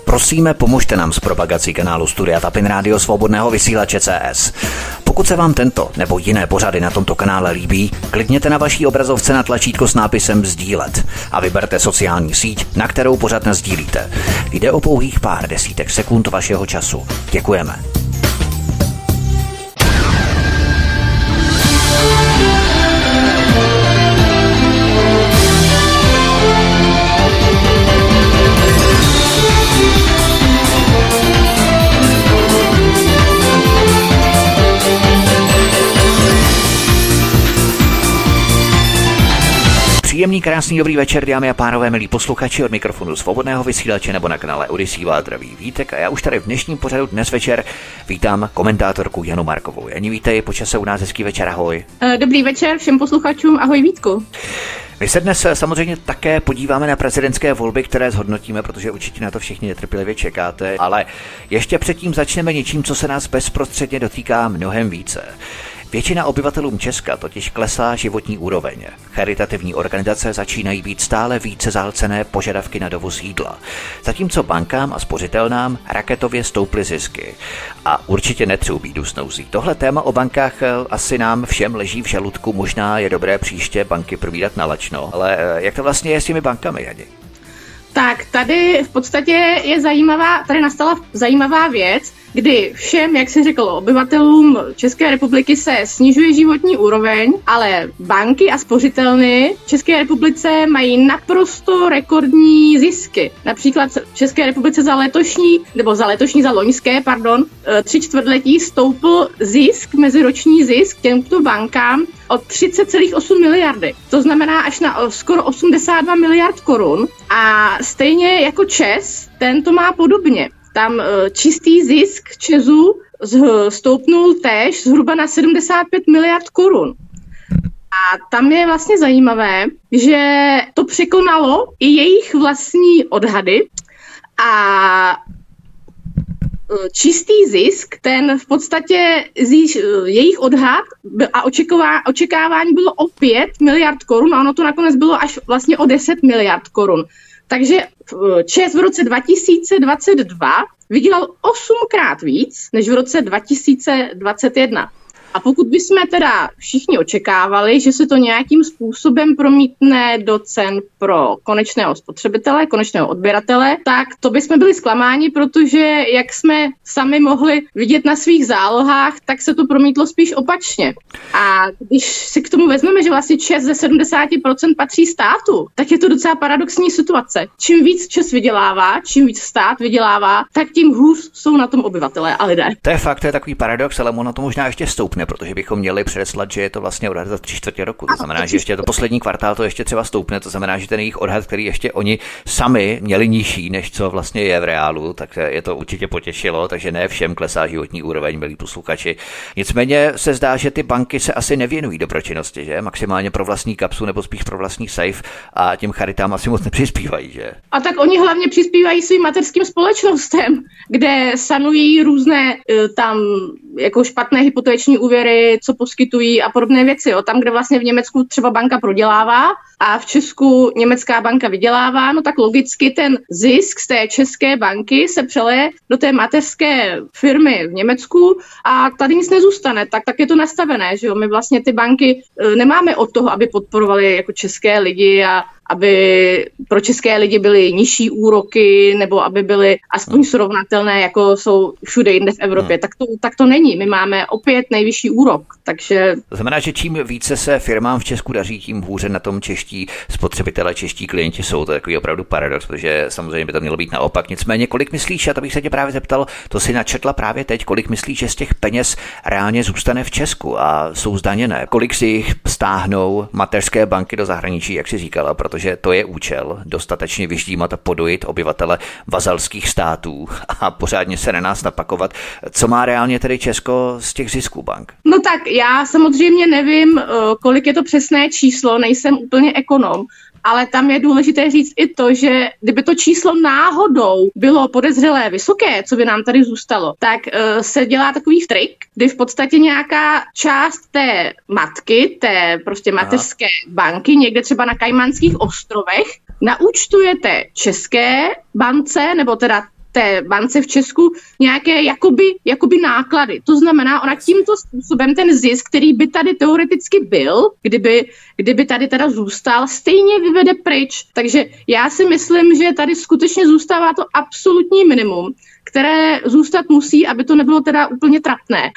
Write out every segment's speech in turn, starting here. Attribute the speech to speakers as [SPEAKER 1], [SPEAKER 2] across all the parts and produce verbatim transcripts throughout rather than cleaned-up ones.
[SPEAKER 1] Prosíme, pomožte nám s propagací kanálu Studia Tapin Rádio Svobodného vysílače C S. Pokud se vám tento nebo jiné pořady na tomto kanále líbí, klikněte na vaší obrazovce na tlačítko s nápisem sdílet a vyberte sociální síť, na kterou pořad nasdílíte. Jde o pouhých pár desítek sekund vašeho času. Děkujeme. Příjemný, krásný, dobrý večer, dámy a pánové, milí posluchači, od mikrofonu Svobodného vysílače nebo na kanále Odyssey vás zdraví Vítek a já už tady v dnešním pořadu dnes večer vítám komentátorku Janu Markovou. Jani, vítej, po čase u nás, hezký večer, ahoj.
[SPEAKER 2] Dobrý večer všem posluchačům, ahoj Vítku.
[SPEAKER 1] My se dnes samozřejmě také podíváme na prezidentské volby, které zhodnotíme, protože určitě na to všichni netrpělivě čekáte, ale ještě předtím začneme něčím, co se nás bezprostředně dotýká mnohem více. Většina obyvatelům Česka totiž klesá životní úroveň. Charitativní organizace začínají být stále více zahlcené požadavky na dovoz jídla, zatímco bankám a spořitelnám raketově stouply zisky. A určitě netřou bídu s nouzí. Tohle téma o bankách asi nám všem leží v žaludku, možná je dobré příště banky probírat nalačno. Ale jak to vlastně je s těmi bankami, Jani?
[SPEAKER 2] Tak tady v podstatě je zajímavá, tady nastala zajímavá věc, kdy všem, jak jsem řekl, obyvatelům České republiky se snižuje životní úroveň, ale banky a spořitelny v České republice mají naprosto rekordní zisky. Například v České republice za letošní, nebo za letošní, za loňské, pardon, tři čtvrtletí stoupl zisk, meziroční zisk těmto bankám o třicet celá osm miliardy. To znamená až na skoro osmdesát dva miliard korun a stejně jako ČEZ, ten to má podobně. Tam čistý zisk ČEZu stoupnul též zhruba na sedmdesát pět miliard korun. A tam je vlastně zajímavé, že to překonalo i jejich vlastní odhady a čistý zisk, ten v podstatě jejich odhad a očekávání bylo o pět miliard korun a ono to nakonec bylo až vlastně o deset miliard korun. Takže ČEZ v roce dva tisíce dvacet dva vydělal osmkrát víc než v roce dva tisíce dvacet jedna. A pokud bychom teda všichni očekávali, že se to nějakým způsobem promítne do cen pro konečného spotřebitele, konečného odběratele, tak to bychom byli zklamáni, protože jak jsme sami mohli vidět na svých zálohách, tak se to promítlo spíš opačně. A když si k tomu vezmeme, že vlastně ČEZ ze sedmdesát procent patří státu, tak je to docela paradoxní situace. Čím víc ČEZ vydělává, čím víc stát vydělává, tak tím hůř jsou na tom obyvatelé a lidé.
[SPEAKER 1] To je fakt, to je takový paradox, ale ono to možná ještě stoupne, protože bychom měli předeslat, že je to vlastně odhad za tři čtvrtě roku. To znamená, že ještě to poslední kvartál to ještě třeba stoupne, to znamená, že ten jejich odhad, který ještě oni sami měli nižší, než co vlastně je v reálu, tak je to určitě potěšilo, takže ne všem klesá životní úroveň, milí posluchači. Nicméně se zdá, že ty banky se asi nevěnují dobročinnosti, že? Maximálně pro vlastní kapsu nebo spíš pro vlastní safe a těm charitám asi moc nepřispívají, že?
[SPEAKER 2] A tak oni hlavně přispívají svým mateřským společnostem, kde sanují různé tam jako špatné hypoteční úvěry, co poskytují a podobné věci. Jo. Tam, kde vlastně v Německu třeba banka prodělává a v Česku německá banka vydělává, no tak logicky ten zisk z té české banky se přeleje do té mateřské firmy v Německu a tady nic nezůstane. Tak, tak je to nastavené, že jo. My vlastně ty banky nemáme od toho, aby podporovali jako české lidi a aby pro české lidi byly nižší úroky nebo aby byly aspoň srovnatelné, jako jsou všude jinde v Evropě. Hmm. Tak, to, tak to není. My máme opět nejvyšší úrok, takže...
[SPEAKER 1] To znamená, že čím více se firmám v Česku daří, tím hůře na tom čeští spotřebitelé, čeští klienti jsou. To je takový opravdu paradox, protože samozřejmě by to mělo být naopak. Nicméně, kolik myslíš, a to bych se tě právě zeptal, to si načetla právě teď, kolik myslíš, že z těch peněz reálně zůstane v Česku a jsou zdaněné? Kolik si jich stáhnou mateřské banky do zahraničí, jak jsi říkala, protože že to je účel dostatečně vyždímat a podojit obyvatele vazalských států a pořádně se na nás napakovat. Co má reálně tedy Česko z těch zisků bank?
[SPEAKER 2] No tak já samozřejmě nevím, kolik je to přesné číslo, nejsem úplně ekonom, ale tam je důležité říct i to, že kdyby to číslo náhodou bylo podezřelé vysoké, co by nám tady zůstalo, tak uh, se dělá takový trik, kdy v podstatě nějaká část té matky, té prostě mateřské Aha. banky, někde třeba na Kajmanských ostrovech, naúčtujete české bance, nebo teda té bance v Česku nějaké jakoby, jakoby náklady. To znamená, ona tímto způsobem ten zisk, který by tady teoreticky byl, kdyby, kdyby tady teda zůstal, stejně vyvede pryč. Takže já si myslím, že tady skutečně zůstává to absolutní minimum, které zůstat musí, aby to nebylo teda úplně trapné.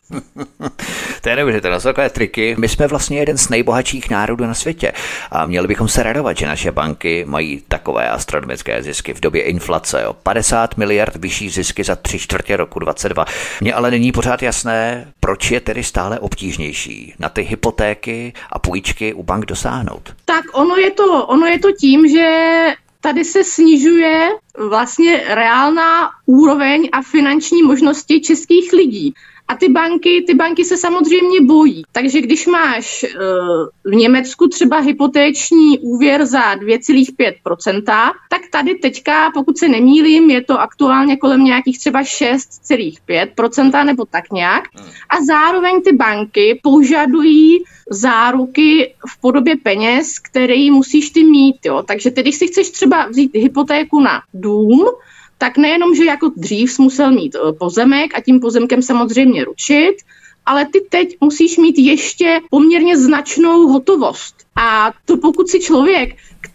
[SPEAKER 1] To je neuvěřitelné, to jsou takové triky. My jsme vlastně jeden z nejbohatších národů na světě a měli bychom se radovat, že naše banky mají takové astronomické zisky v době inflace. O padesát miliard vyšší zisky za tři čtvrtě roku dvacet dva. Mně ale není pořád jasné, proč je tedy stále obtížnější na ty hypotéky a půjčky u bank dosáhnout.
[SPEAKER 2] Tak ono je to, ono je to tím, že tady se snižuje vlastně reálná úroveň a finanční možnosti českých lidí. A ty banky, ty banky se samozřejmě bojí. Takže když máš uh, v Německu třeba hypotéční úvěr za dvě celá pět procenta, tak tady teďka, pokud se nemýlím, je to aktuálně kolem nějakých třeba šest celá pět procenta nebo tak nějak. A zároveň ty banky požadují záruky v podobě peněz, které musíš ty mít. Jo. Takže ty, když si chceš třeba vzít hypotéku na dům, tak nejenom, že jako dřív jsi musel mít pozemek a tím pozemkem samozřejmě ručit, ale ty teď musíš mít ještě poměrně značnou hotovost. A to pokud si člověk,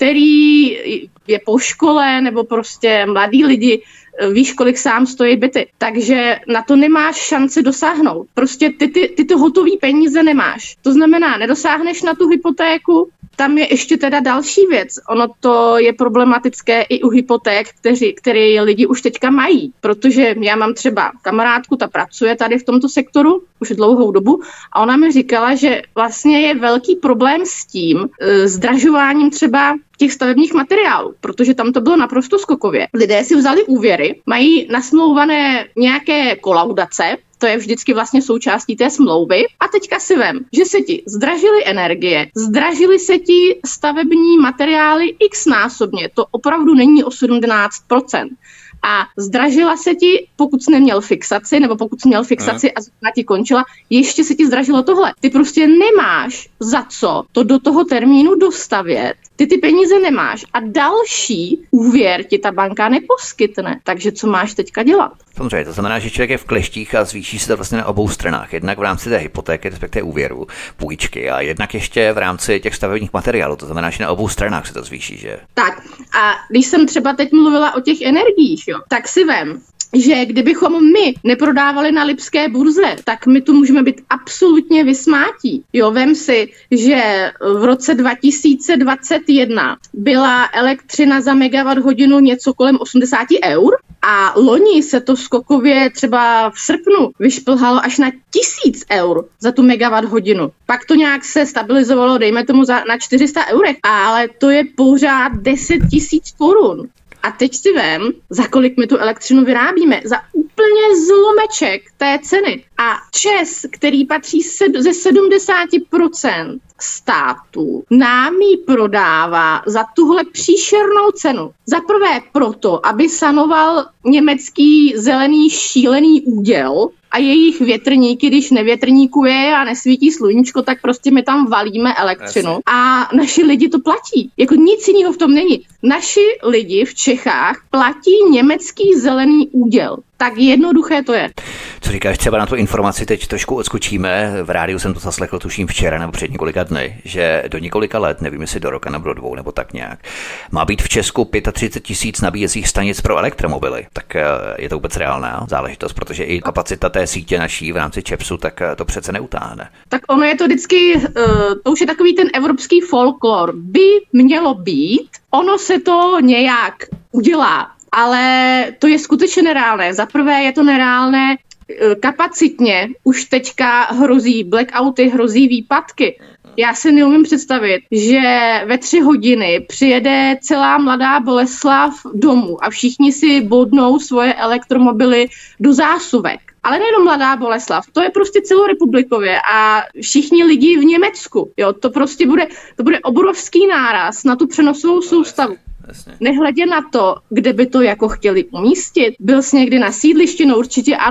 [SPEAKER 2] který je po škole nebo prostě mladý lidi, víš, kolik sám stojí byty, takže na to nemáš šanci dosáhnout. Prostě ty, ty, ty to hotový peníze nemáš. To znamená, nedosáhneš na tu hypotéku. Tam je ještě teda další věc. Ono to je problematické i u hypoték, kteří, které lidi už teďka mají. Protože já mám třeba kamarádku, ta pracuje tady v tomto sektoru už dlouhou dobu a ona mi říkala, že vlastně je velký problém s tím e, zdražováním třeba těch stavebních materiálů, protože tam to bylo naprosto skokově. Lidé si vzali úvěry, mají nasmlouvané nějaké kolaudace, to je vždycky vlastně součástí té smlouvy. A teďka si vem, že se ti zdražily energie, zdražily se ti stavební materiály x násobně, to opravdu není o sedmnáct procent. A zdražila se ti, pokud jsi neměl fixaci, nebo pokud jsi měl fixaci a zrovna ti končila, ještě se ti zdražilo tohle. Ty prostě nemáš za co to do toho termínu dostavět, ty ty peníze nemáš a další úvěr ti ta banka neposkytne. Takže co máš teďka dělat?
[SPEAKER 1] Samozřejmě, to znamená, že člověk je v kleštích a zvýší se to vlastně na obou stranách. Jednak v rámci té hypotéky, respektive úvěru, půjčky a jednak ještě v rámci těch stavebních materiálů. To znamená, že na obou stranách se to zvýší, že?
[SPEAKER 2] Tak a když jsem třeba teď mluvila o těch energiích, jo, tak si vem, že kdybychom my neprodávali na lipské burze, tak my tu můžeme být absolutně vysmátí. Jo, vem si, že v roce dva tisíce dvacet jedna byla elektřina za megawatt hodinu něco kolem osmdesát eur a loni se to skokově třeba v srpnu vyšplhalo až na tisíc eur za tu megawatt hodinu. Pak to nějak se stabilizovalo, dejme tomu za, na čtyři sta eurech, ale to je pořád deset tisíc korun. A teď si vem, za kolik my tu elektřinu vyrábíme. Za úplně zlomeček té ceny. A ČEZ, který patří sed- ze sedmdesát procent státu, nám ji prodává za tuhle příšernou cenu. Za prvé proto, aby sanoval německý zelený šílený úděl a jejich větrníky, když nevětrníkuje a nesvítí sluníčko, tak prostě my tam valíme elektřinu. Asi. A naši lidi to platí. Jako nic jiného v tom není. Naši lidi v Čechách platí německý zelený úděl. Tak jednoduché to je.
[SPEAKER 1] Co říkáš třeba na tu informaci, teď trošku odskočíme, v rádiu jsem to zaslechl tuším včera nebo před několika dny, že do několika let, nevím jestli do roka nebo do dvou nebo tak nějak, má být v Česku třicet pět tisíc nabíjecích stanic pro elektromobily. Tak je to vůbec reálná záležitost, protože i kapacita té sítě naší v rámci ČEPSu, tak to přece neutáhne.
[SPEAKER 2] Tak ono je to vždycky, uh, to už je takový ten evropský folklor. By mělo být, ono se to nějak udělá. Ale to je skutečně nereálné. Za prvé je to nereálné kapacitně. Už teďka hrozí blackouty, hrozí výpadky. Já si neumím představit, že ve tři hodiny přijede celá Mladá Boleslav domů a všichni si bodnou svoje elektromobily do zásuvek. Ale nejenom Mladá Boleslav, to je prostě celorepublikově a všichni lidi v Německu. Jo, to prostě bude, to bude obrovský náraz na tu přenosovou soustavu. Jasně. Nehledě na to, kde by to jako chtěli umístit. Byl jsi někdy na sídlišti, no určitě ano.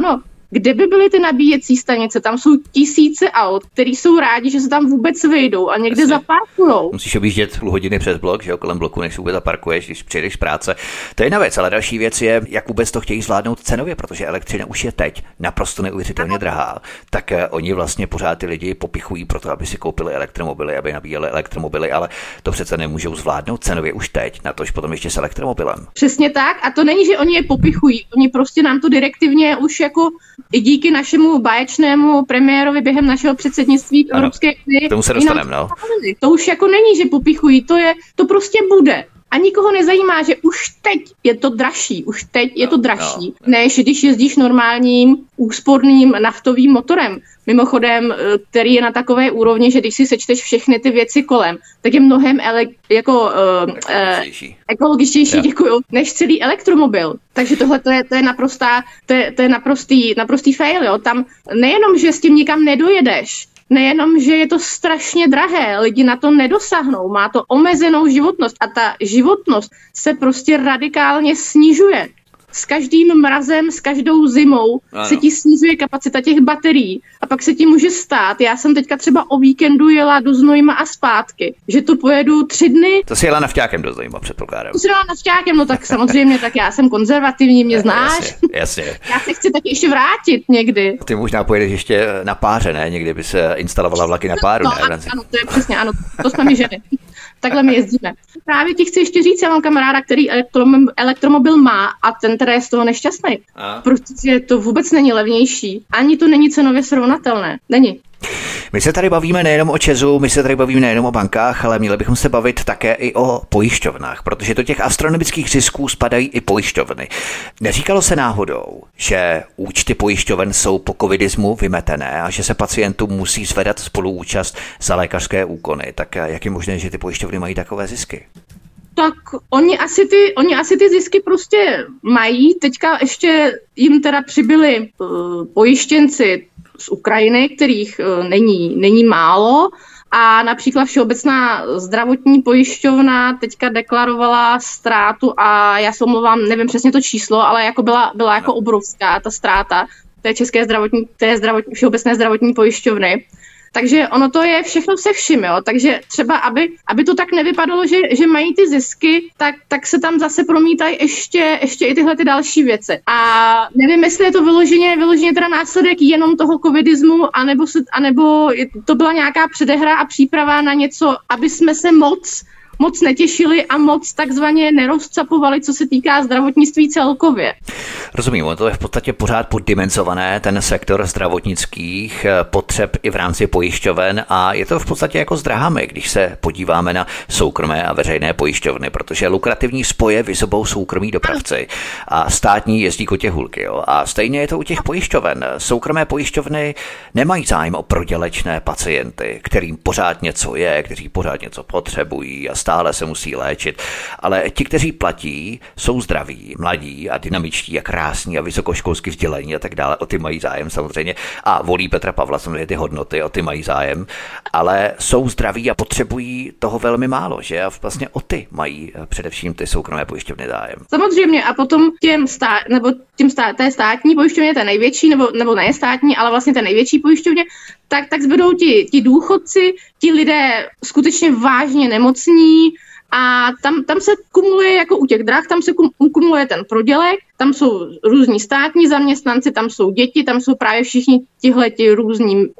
[SPEAKER 2] Kde by byly ty nabíjecí stanice? Tam jsou tisíce aut, který jsou rádi, že se tam vůbec vejdou a někde zaparkujou.
[SPEAKER 1] Musíš objíždět půl hodiny přes blok, že jo, kolem bloku, než se vůbec zaparkuješ, když přijdeš z práce. To je jedna věc, ale další věc je, jak vůbec to chtějí zvládnout cenově, protože elektřina už je teď naprosto neuvěřitelně drahá. Tak uh, oni vlastně pořád ty lidi popichují pro to, aby si koupili elektromobily, aby nabíjeli elektromobily, ale to přece nemůžou zvládnout cenově už teď, natož potom ještě s elektromobilem.
[SPEAKER 2] Přesně tak, a to není, že oni je popichují, oni prostě nám to direktivně už jako i díky našemu báječnému premiérovi během našeho předsednictví v Evropské unii.
[SPEAKER 1] Tomu se dostaneme, no.
[SPEAKER 2] To už jako není, že popichují, to je, to prostě bude. A nikoho nezajímá, že už teď je to dražší, už teď je to dražší, no, no. než když jezdíš normálním úsporným naftovým motorem. Mimochodem, který je na takové úrovni, že když si sečteš všechny ty věci kolem, tak je mnohem ele- jako, uh, ekologičtější, uh, ekologičtější děkuju, než celý elektromobil. Takže tohle to je, to je, naprostá, to je, to je naprostý, naprostý fail. Jo. Tam nejenom, že s tím nikam nedojedeš, nejenom, že je to strašně drahé, lidi na to nedosáhnou, má to omezenou životnost a ta životnost se prostě radikálně snižuje. S každým mrazem, s každou zimou ano. se ti snižuje kapacita těch baterií a pak se ti může stát, já jsem teďka třeba o víkendu jela do Znojma a zpátky, že to pojedu tři dny.
[SPEAKER 1] To si jela navšťákem do Znojma, předpokládám.
[SPEAKER 2] To si jela navšťákem, no tak samozřejmě, tak já jsem konzervativní, mě znáš.
[SPEAKER 1] Jasně, jasně.
[SPEAKER 2] Já se chci taky ještě vrátit někdy.
[SPEAKER 1] Ty možná pojedeš ještě na páře, ne? Někdy by se instalovala vlaky na páru,
[SPEAKER 2] no,
[SPEAKER 1] ne?
[SPEAKER 2] Ano, ano, to je přesně, ano, to jsme my ženy. Takhle my jezdíme. Právě ti chci ještě říct, já mám kamaráda, který elektromobil, elektromobil má a ten teda je z toho nešťastný. A? Protože to vůbec není levnější. Ani to není cenově srovnatelné. Není.
[SPEAKER 1] My se tady bavíme nejenom o ČEZu, my se tady bavíme nejenom o bankách, ale měli bychom se bavit také i o pojišťovnách, protože do těch astronomických zisků spadají i pojišťovny. Neříkalo se náhodou, že účty pojišťoven jsou po covidismu vymetené a že se pacientům musí zvedat spoluúčast za lékařské úkony. Tak jak je možné, že ty pojišťovny mají takové zisky?
[SPEAKER 2] Tak oni asi, ty, oni asi ty zisky prostě mají. Teďka ještě jim teda přibyli uh, pojištěnci z Ukrajiny, kterých uh, není, není málo. A například Všeobecná zdravotní pojišťovna teďka deklarovala ztrátu a já se omlouvám, nevím přesně to číslo, ale jako byla, byla jako obrovská ta ztráta té české zdravotní, té zdravotní, Všeobecné zdravotní pojišťovny. Takže ono to je všechno se vším, jo. Takže třeba, aby, aby to tak nevypadalo, že, že mají ty zisky, tak, tak se tam zase promítají ještě, ještě i tyhle ty další věci. A nevím, jestli je to vyloženě, vyloženě teda následek jenom toho covidismu, anebo, se, anebo to byla nějaká předehra a příprava na něco, aby jsme se moc moc netěšili a moc takzvaně nerozcapovali, co se týká zdravotnictví celkově.
[SPEAKER 1] Rozumím, to je v podstatě pořád poddimenzované, ten sektor zdravotnických potřeb i v rámci pojišťoven a je to v podstatě jako s drahami, když se podíváme na soukromé a veřejné pojišťovny, protože lukrativní spoje vyzobou soukromí dopravci a státní jezdí kotě hulky. Jo? A stejně je to u těch pojišťoven. Soukromé pojišťovny nemají zájem o prodělečné pacienty, kterým pořád něco je, kteří pořád něco potřebují a stále se musí léčit, ale ti, kteří platí, jsou zdraví, mladí a dynamičtí a krásní a vysokoškolsky vzdělaní a tak dále, o ty mají zájem samozřejmě a volí Petra Pavla, samozřejmě ty hodnoty, o ty mají zájem, ale jsou zdraví a potřebují toho velmi málo, že? A vlastně o ty mají především ty soukromé pojišťovny zájem.
[SPEAKER 2] Samozřejmě a potom těm stát, nebo tím stát, té státní pojišťovně, té největší, nebo, nebo ne státní, ale vlastně té největší pojišťovně, tak, tak zbydou ti, ti důchodci, ti lidé skutečně vážně nemocní a tam, tam se kumuluje jako u těch drah, tam se kumuluje ten prodělek, tam jsou různí státní zaměstnanci, tam jsou děti, tam jsou právě všichni tihleti různí uh,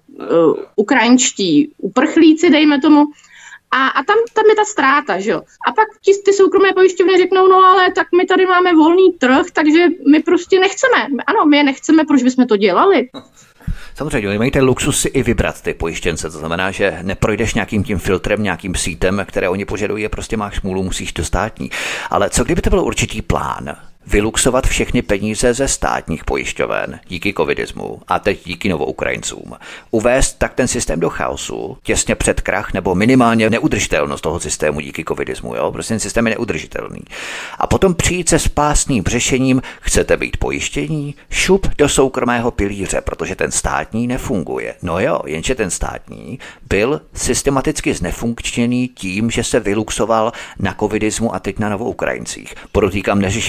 [SPEAKER 2] ukrajinští uprchlíci, dejme tomu. A, a tam, tam je ta ztráta, že jo. A pak ti, ty soukromé pojišťovny řeknou, no ale tak my tady máme volný trh, takže my prostě nechceme. Ano, my je nechceme, proč bychom to dělali?
[SPEAKER 1] Samozřejmě, oni mají ten luxus si i vybrat ty pojištěnce, to znamená, že neprojdeš nějakým tím filtrem, nějakým sítem, které oni požadují, a prostě máš smůlu, musíš do státní. Ale co kdyby to byl určitý plán? Vyluxovat všechny peníze ze státních pojišťoven díky covidismu a teď díky novoukrajincům. Uvést tak ten systém do chaosu, těsně před krach nebo minimálně neudržitelnost toho systému díky covidismu. Jo? Prostě ten systém je neudržitelný. A potom přijít se spásným řešením, chcete být pojištění, šup do soukromého pilíře, protože ten státní nefunguje. No jo, jenže ten státní byl systematicky znefunkčněný tím, že se vyluxoval na covidismu a teď na novoukrajincích. Podotýkám, neřešíme důchodové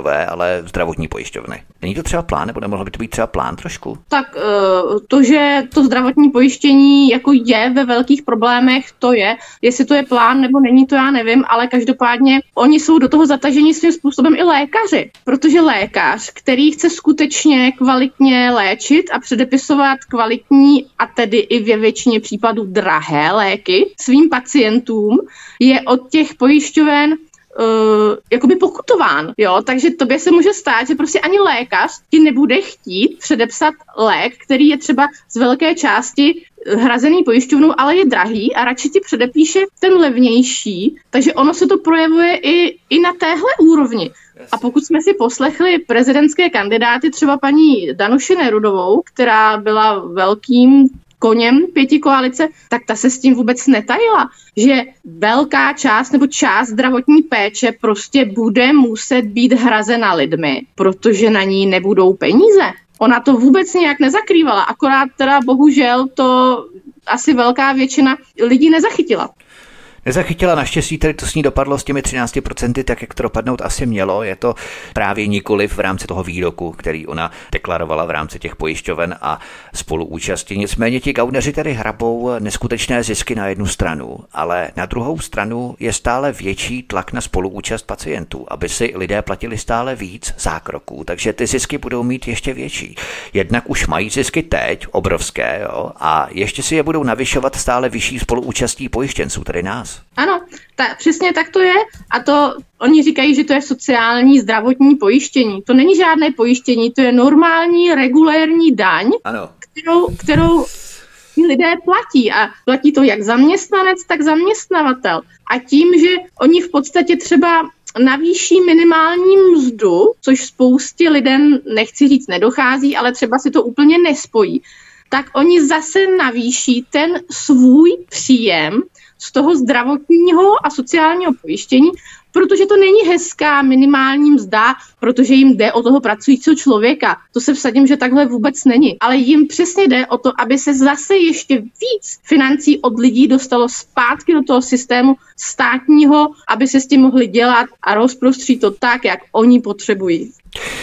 [SPEAKER 1] důchodové, ale zdravotní pojišťovny. Není to třeba plán, nebo nemohlo by to být třeba plán trošku?
[SPEAKER 2] Tak to, že to zdravotní pojištění jako je ve velkých problémech, to je. Jestli to je plán nebo není, to já nevím, ale každopádně oni jsou do toho zataženi svým způsobem i lékaři, protože lékař, který chce skutečně kvalitně léčit a předepisovat kvalitní a tedy i ve většině případů drahé léky svým pacientům, je od těch pojišťoven Uh, jakoby pokutován, jo, takže tobě se může stát, že prostě ani lékař ti nebude chtít předepsat lék, který je třeba z velké části hrazený pojišťovnou, ale je drahý a radši ti předepíše ten levnější, takže ono se to projevuje i, i na téhle úrovni. A pokud jsme si poslechli prezidentské kandidáty, třeba paní Danuši Nerudovou, která byla velkým koněm pětikoalice, tak ta se s tím vůbec netajila, že velká část nebo část zdravotní péče prostě bude muset být hrazena lidmi, protože na ní nebudou peníze. Ona to vůbec nějak nezakrývala, akorát teda bohužel to asi velká většina lidí nezachytila.
[SPEAKER 1] Nezachytila, naštěstí tedy to s ní dopadlo s těmi třinácti procenty, tak jak to dopadnout asi mělo. Je to právě nikoliv v rámci toho výroku, který ona deklarovala v rámci těch pojišťoven a spoluúčasti. Nicméně ti gauneři tedy hrabou neskutečné zisky na jednu stranu, ale na druhou stranu je stále větší tlak na spoluúčast pacientů, aby si lidé platili stále víc zákroků, takže ty zisky budou mít ještě větší. Jednak už mají zisky teď, obrovské, jo, a ještě si je budou navyšovat stále vyšší spoluúčastí pojištěnců, tedy nás.
[SPEAKER 2] Ano, ta, přesně tak to je a to oni říkají, že to je sociální zdravotní pojištění. To není žádné pojištění, to je normální, regulérní daň,
[SPEAKER 1] ano.
[SPEAKER 2] kterou, kterou lidé platí a platí to jak zaměstnanec, tak zaměstnavatel. A tím, že oni v podstatě třeba navýší minimální mzdu, což spoustě lidem, nechci říct, nedochází, ale třeba si to úplně nespojí, tak oni zase navýší ten svůj příjem z toho zdravotního a sociálního pojištění, protože to není hezká minimální mzda, protože jim jde o toho pracujícího člověka. To se vsadím, že takhle vůbec není. Ale jim přesně jde o to, aby se zase ještě víc financí od lidí dostalo zpátky do toho systému státního, aby se s tím mohli dělat a rozprostřít to tak, jak oni potřebují.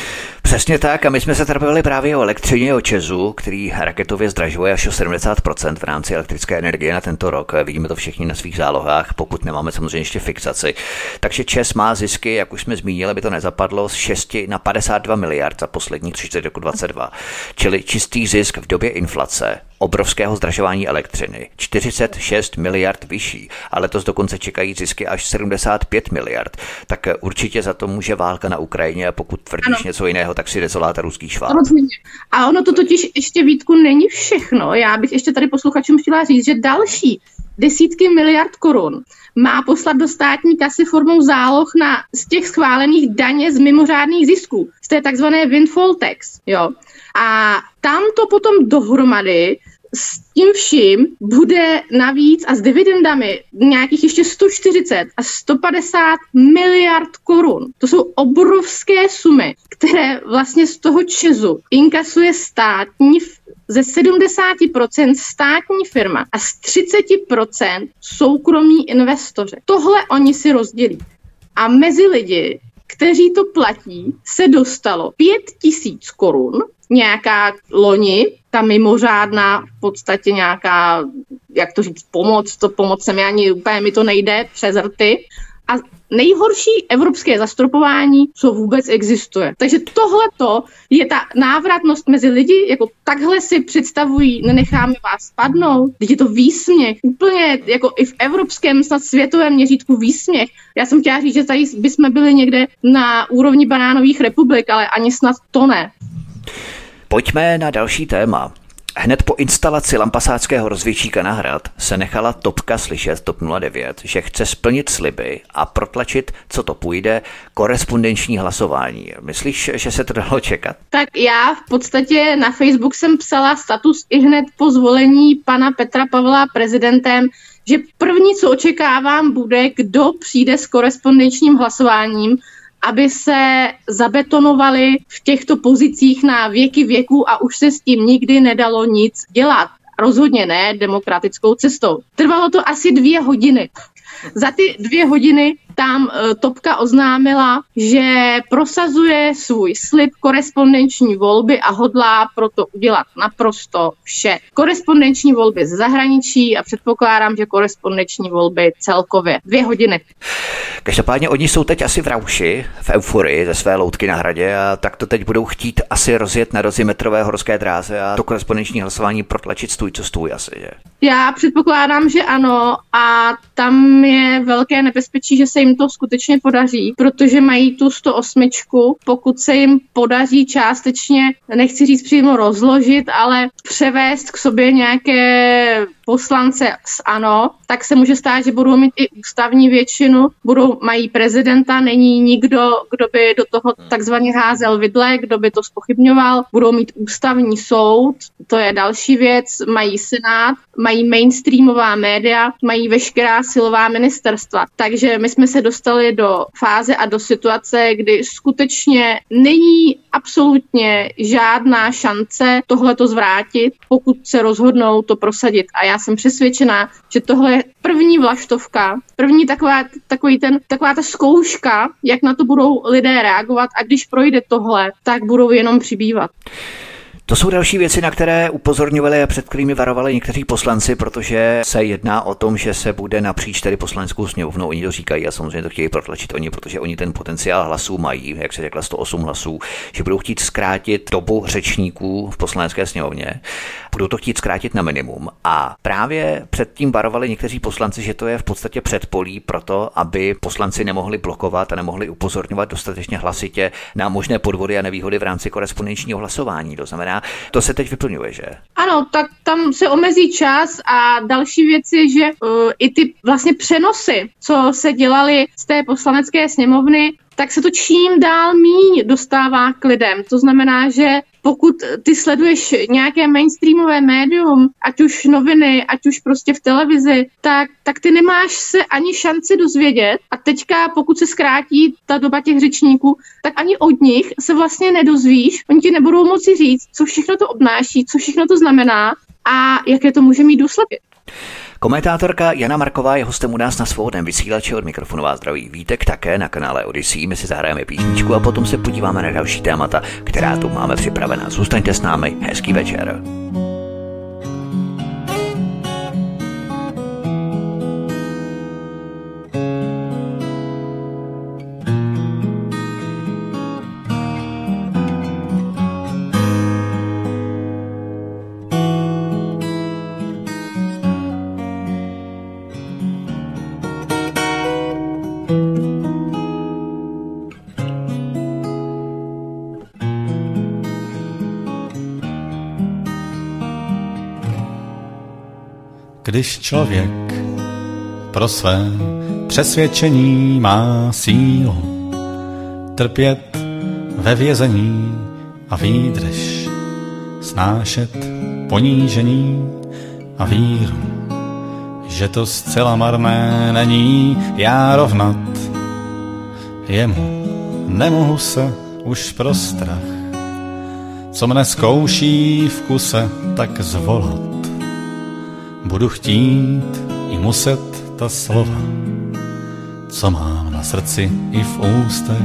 [SPEAKER 1] Přesně tak a my jsme se tady bavili právě o elektřině, o ČEZu, který raketově zdražuje až o sedmdesát procent v rámci elektrické energie na tento rok. Vidíme to všichni na svých zálohách, pokud nemáme samozřejmě ještě fixaci. Takže ČEZ má zisky, jak už jsme zmínili, by to nezapadlo, z šesti na padesát dva miliard za poslední třicet roku dvacet dva. Čili čistý zisk v době inflace, obrovského zdražování elektřiny, čtyřicet šest miliard vyšší, a letos dokonce čekají zisky až sedmdesát pět miliard. Tak určitě za to může válka na Ukrajině a pokud tvrdíš ano. něco jiného, tak si dezoláta ruský švát.
[SPEAKER 2] A ono to totiž ještě, Vítku, není všechno. Já bych ještě tady posluchačům chtěla říct, že další desítky miliard korun má poslat do státní kasy formou záloh na z těch schválených daně z mimořádných zisků, z té takzvané windfall tax. Jo. A tam to potom dohromady s tím vším bude navíc a s dividendami nějakých ještě sto čtyřicet a sto padesát miliard korun. To jsou obrovské sumy, které vlastně z toho ČEZu inkasuje státní, ze sedmdesát procent státní firma a z třicet procent soukromí investoři. Tohle oni si rozdělí. A mezi lidi, kteří to platí, se dostalo pět tisíc korun, nějaká loni, ta mimořádná v podstatě nějaká, jak to říct, pomoc, to pomoc se mi ani úplně, mi to nejde přes rty. A nejhorší evropské zastropování, co vůbec existuje. Takže tohleto je ta návratnost mezi lidi, jako takhle si představují, nenecháme vás spadnout, teď je to výsměch, úplně jako i v evropském, snad světovém měřítku výsměch. Já jsem chtěla říct, že tady bychom byli někde na úrovni banánových republik, ale ani snad to ne.
[SPEAKER 1] Pojďme na další téma. Hned po instalaci lampasáckého rozvědčíka na Hrad se nechala Topka slyšet TOP nula devět, že chce splnit sliby a protlačit, co to půjde, korespondenční hlasování. Myslíš, že se to dalo čekat?
[SPEAKER 2] Tak já v podstatě na Facebook jsem psala status i hned po zvolení pana Petra Pavla prezidentem, že první, co očekávám, bude, kdo přijde s korespondenčním hlasováním, aby se zabetonovali v těchto pozicích na věky věků a už se s tím nikdy nedalo nic dělat. Rozhodně ne demokratickou cestou. Trvalo to asi dvě hodiny. Za ty dvě hodiny tam Topka oznámila, že prosazuje svůj slib korespondenční volby a hodlá proto udělat naprosto vše. Korespondenční volby z zahraničí a předpokládám, že korespondenční volby celkově dvě hodiny.
[SPEAKER 1] Každopádně oni jsou teď asi v rauši, v euforii ze své loutky na Hradě a tak to teď budou chtít asi rozjet na dozimetrové horské dráze a to korespondenční hlasování protlačit stůj co stůj asi, že?
[SPEAKER 2] Já předpokládám, že ano a tam je velké nebezpečí, že se jim to skutečně podaří, protože mají tu sto osm. Pokud se jim podaří částečně, nechci říct přímo rozložit, ale převést k sobě nějaké poslance z ANO, tak se může stát, že budou mít i ústavní většinu, budou, mají prezidenta, není nikdo, kdo by do toho takzvaně házel vidle, kdo by to zpochybňoval, budou mít ústavní soud, to je další věc, mají senát, mají mainstreamová média, mají veškerá silová ministerstva. Takže my jsme se dostali do fáze a do situace, kdy skutečně není absolutně žádná šance tohleto zvrátit, pokud se rozhodnou to prosadit. A já jsem přesvědčená, že tohle je první vlaštovka, první taková, takový ten, taková ta zkouška, jak na to budou lidé reagovat a když projde tohle, tak budou jenom přibývat.
[SPEAKER 1] To jsou další věci, na které upozorňovali a před kterými varovali někteří poslanci, protože se jedná o tom, že se bude napříč tedy poslaneckou sněmovnou, oni to říkají a samozřejmě to chtějí protlačit oni, protože oni ten potenciál hlasů mají, jak se řekla sto osm hlasů, že budou chtít zkrátit dobu řečníků v poslanecké sněmovně, budou to chtít zkrátit na minimum a právě předtím varovali někteří poslanci, že to je v podstatě předpolí pro to, aby poslanci nemohli blokovat a nemohli upozorňovat dostatečně hlasitě na možné podvody a nevýhody v rámci korespondenčního hlasování. To znamená, to se teď vyplňuje, že?
[SPEAKER 2] Ano, tak tam se omezí čas a další věc je, že uh, i ty vlastně přenosy, co se dělaly z té poslanecké sněmovny, tak se to čím dál míň dostává k lidem. To znamená, že pokud ty sleduješ nějaké mainstreamové médium, ať už noviny, ať už prostě v televizi, tak, tak ty nemáš se ani šanci dozvědět. A teďka, pokud se zkrátí ta doba těch řečníků, tak ani od nich se vlastně nedozvíš. Oni ti nebudou moci říct, co všechno to obnáší, co všechno to znamená a jaké to může mít důsledky.
[SPEAKER 1] Komentátorka Jana Marková je hostem u nás na Svobodném vysílači, od mikrofonu vás zdraví Vítek, také na kanále Odyssey. My si zahrajeme písničku a potom se podíváme na další témata, která tu máme připravená. Zůstaňte s námi, hezký večer.
[SPEAKER 3] Když člověk pro své přesvědčení má sílu trpět ve vězení a výdrž snášet ponížení a víru, že to zcela marné není, já rovnat jemu nemohu se už pro strach, co mne zkouší v kuse, tak zvolat. Budu chtít i muset ta slova, co mám na srdci i v ústech.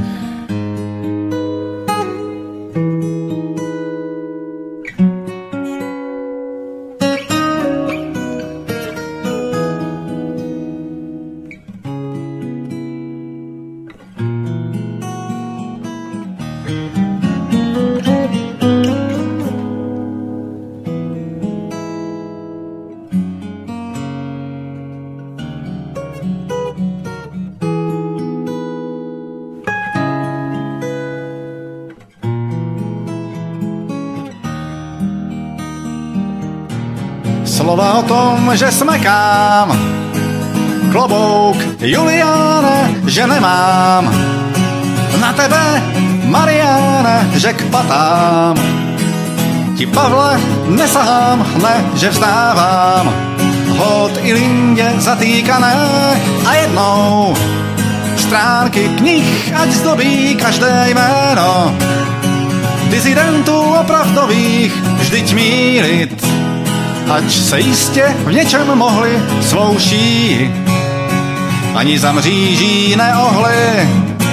[SPEAKER 3] Slova o tom, že smekám, klobouk, Juliáne, že nemám, na tebe, Mariáne, že k patám, ti Pavle nesahám, ne, že vzdávám, hod i Lindě zatýkané a jednou stránky knih, ať zdobí každé jméno, disidentů opravdových vždyť mílit, ať se jistě v něčem mohli svou šíji ani za mříží neohly.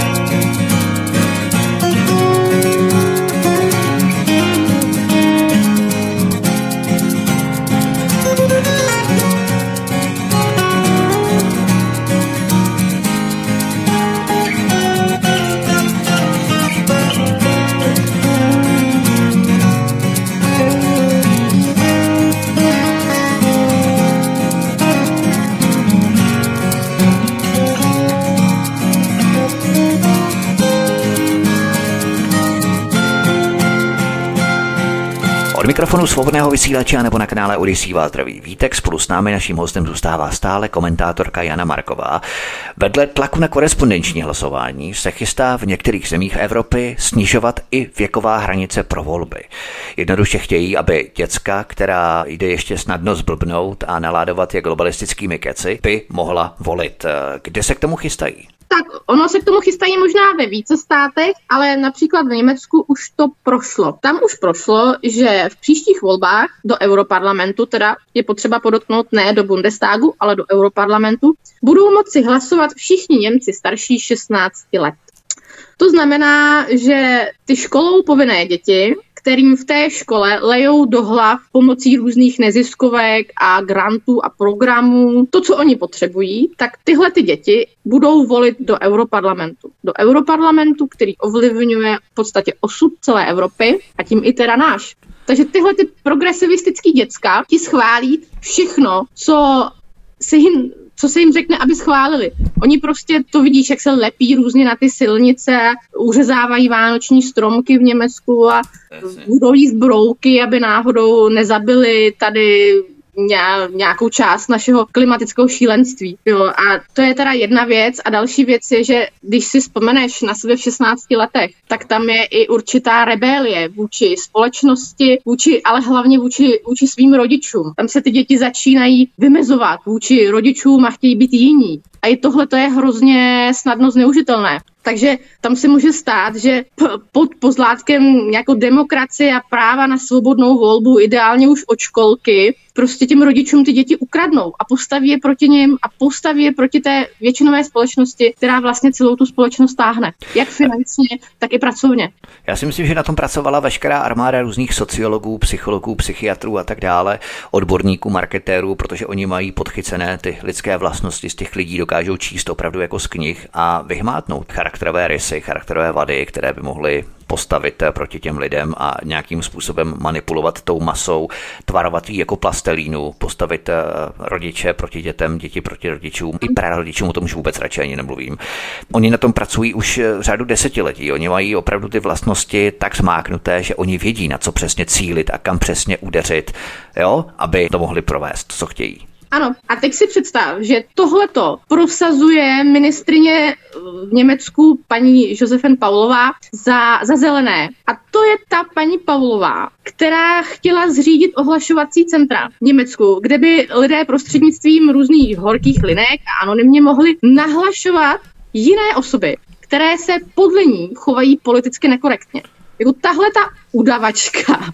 [SPEAKER 1] Od mikrofonu Svobodného vysílače nebo na kanále Odyssey vás zdraví Vítek. Spolu s námi naším hostem zůstává stále komentátorka Jana Marková. Vedle tlaku na korespondenční hlasování se chystá v některých zemích Evropy snižovat i věková hranice pro volby. Jednoduše chtějí, aby děcka, která jde ještě snadno zblbnout a naládovat je globalistickými keci, by mohla volit. Kde se k tomu chystají?
[SPEAKER 2] Tak ono se k tomu chystají možná ve více státech, ale například v Německu už to prošlo. Tam už prošlo, že v příštích volbách do Europarlamentu, teda je potřeba podotknout ne do Bundestagu, ale do Europarlamentu, budou moci hlasovat všichni Němci starší šestnácti let. To znamená, že ty školou povinné děti, kterým v té škole lejou do hlav pomocí různých neziskovek a grantů a programů to, co oni potřebují, tak tyhle ty děti budou volit do Europarlamentu. Do Europarlamentu, který ovlivňuje v podstatě osud celé Evropy a tím i teda náš. Takže tyhle ty progresivistický děcka ti schválí všechno, co se jim co se jim řekne, aby schválili. Oni prostě to vidíš, jak se lepí různě na ty silnice, uřezávají vánoční stromky v Německu a budou jíst brouky, aby náhodou nezabili tady nějakou část našeho klimatického šílenství. Jo. A to je teda jedna věc. A další věc je, že když si vzpomeneš na sebe v šestnácti letech, tak tam je i určitá rebelie vůči společnosti, vůči, ale hlavně vůči, vůči svým rodičům. Tam se ty děti začínají vymezovat vůči rodičům a chtějí být jiní. A i tohle to je hrozně snadno zneužitelné. Takže tam se může stát, že p- pod pozlátkem jako demokracie a práva na svobodnou volbu, ideálně už od školky, prostě těm rodičům ty děti ukradnou a postaví je proti nim a postaví je proti té většinové společnosti, která vlastně celou tu společnost táhne. Jak finančně, tak i pracovně.
[SPEAKER 1] Já si myslím, že na tom pracovala veškerá armáda různých sociologů, psychologů, psychiatrů a tak dále, odborníků, marketérů, protože oni mají podchycené ty lidské vlastnosti, z těch lidí dokážou číst opravdu jako z knih a vyhmátnout charakterové rysy, charakterové vady, které by mohly postavit proti těm lidem a nějakým způsobem manipulovat tou masou, tvarovat jí jako plastelínu, postavit rodiče proti dětem, děti proti rodičům, i prarodičům, o tom už vůbec radši ani nemluvím. Oni na tom pracují už řadu desetiletí, oni mají opravdu ty vlastnosti tak zmáknuté, že oni vědí, na co přesně cílit a kam přesně udeřit, jo, aby to mohli provést, co chtějí.
[SPEAKER 2] Ano, a teď si představ, že tohleto prosazuje ministryně v Německu paní Josephine Paulová za, za zelené. A to je ta paní Paulová, která chtěla zřídit ohlašovací centra v Německu, kde by lidé prostřednictvím různých horkých linek a anonymně mohli nahlašovat jiné osoby, které se podle ní chovají politicky nekorektně. Jako tahle ta udavačka,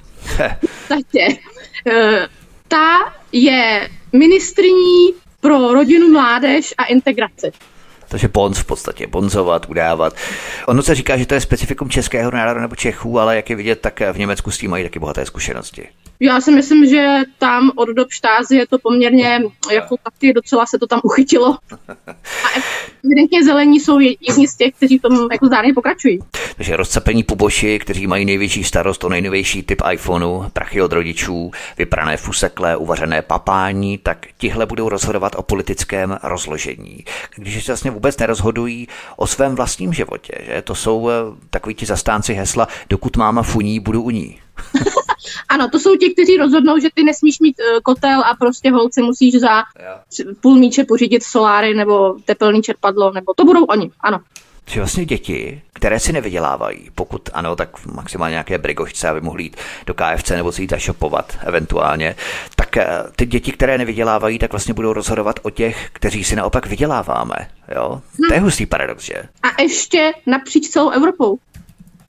[SPEAKER 2] tatě, ta je ministryní pro rodinu, mládež a integraci.
[SPEAKER 1] Takže bonz v podstatě, bonzovat, udávat. Ono se říká, že to je specifikum českého národa nebo Čechů, ale jak je vidět, tak v Německu s tím mají taky bohaté zkušenosti.
[SPEAKER 2] Já si myslím, že tam od dob štázy je to poměrně, jako taky docela se to tam uchytilo. A evidentně zelení jsou jedni z těch, kteří v tom jako zdárně pokračují.
[SPEAKER 1] Takže rozcepení puboši, kteří mají největší starost o nejnovější typ iPhoneu, prachy od rodičů, vyprané fusekle, uvařené papání, tak tihle budou rozhodovat o politickém rozložení. Když se vlastně vůbec nerozhodují o svém vlastním životě, že to jsou takoví ti zastánci hesla, dokud máma funí, budu u ní.
[SPEAKER 2] Ano, to jsou ti, kteří rozhodnou, že ty nesmíš mít uh, kotel a prostě holce musíš za půl míče pořídit soláry nebo tepelný čerpadlo, nebo to budou oni, ano.
[SPEAKER 1] Že vlastně děti, které si nevydělávají, pokud ano, tak maximálně nějaké brigošce, aby mohli jít do K F C nebo si jít zašopovat eventuálně, tak ty děti, které nevydělávají, tak vlastně budou rozhodovat o těch, kteří si naopak vyděláváme. Jo? To je hustý paradox, že?
[SPEAKER 2] A ještě napříč celou Evropou.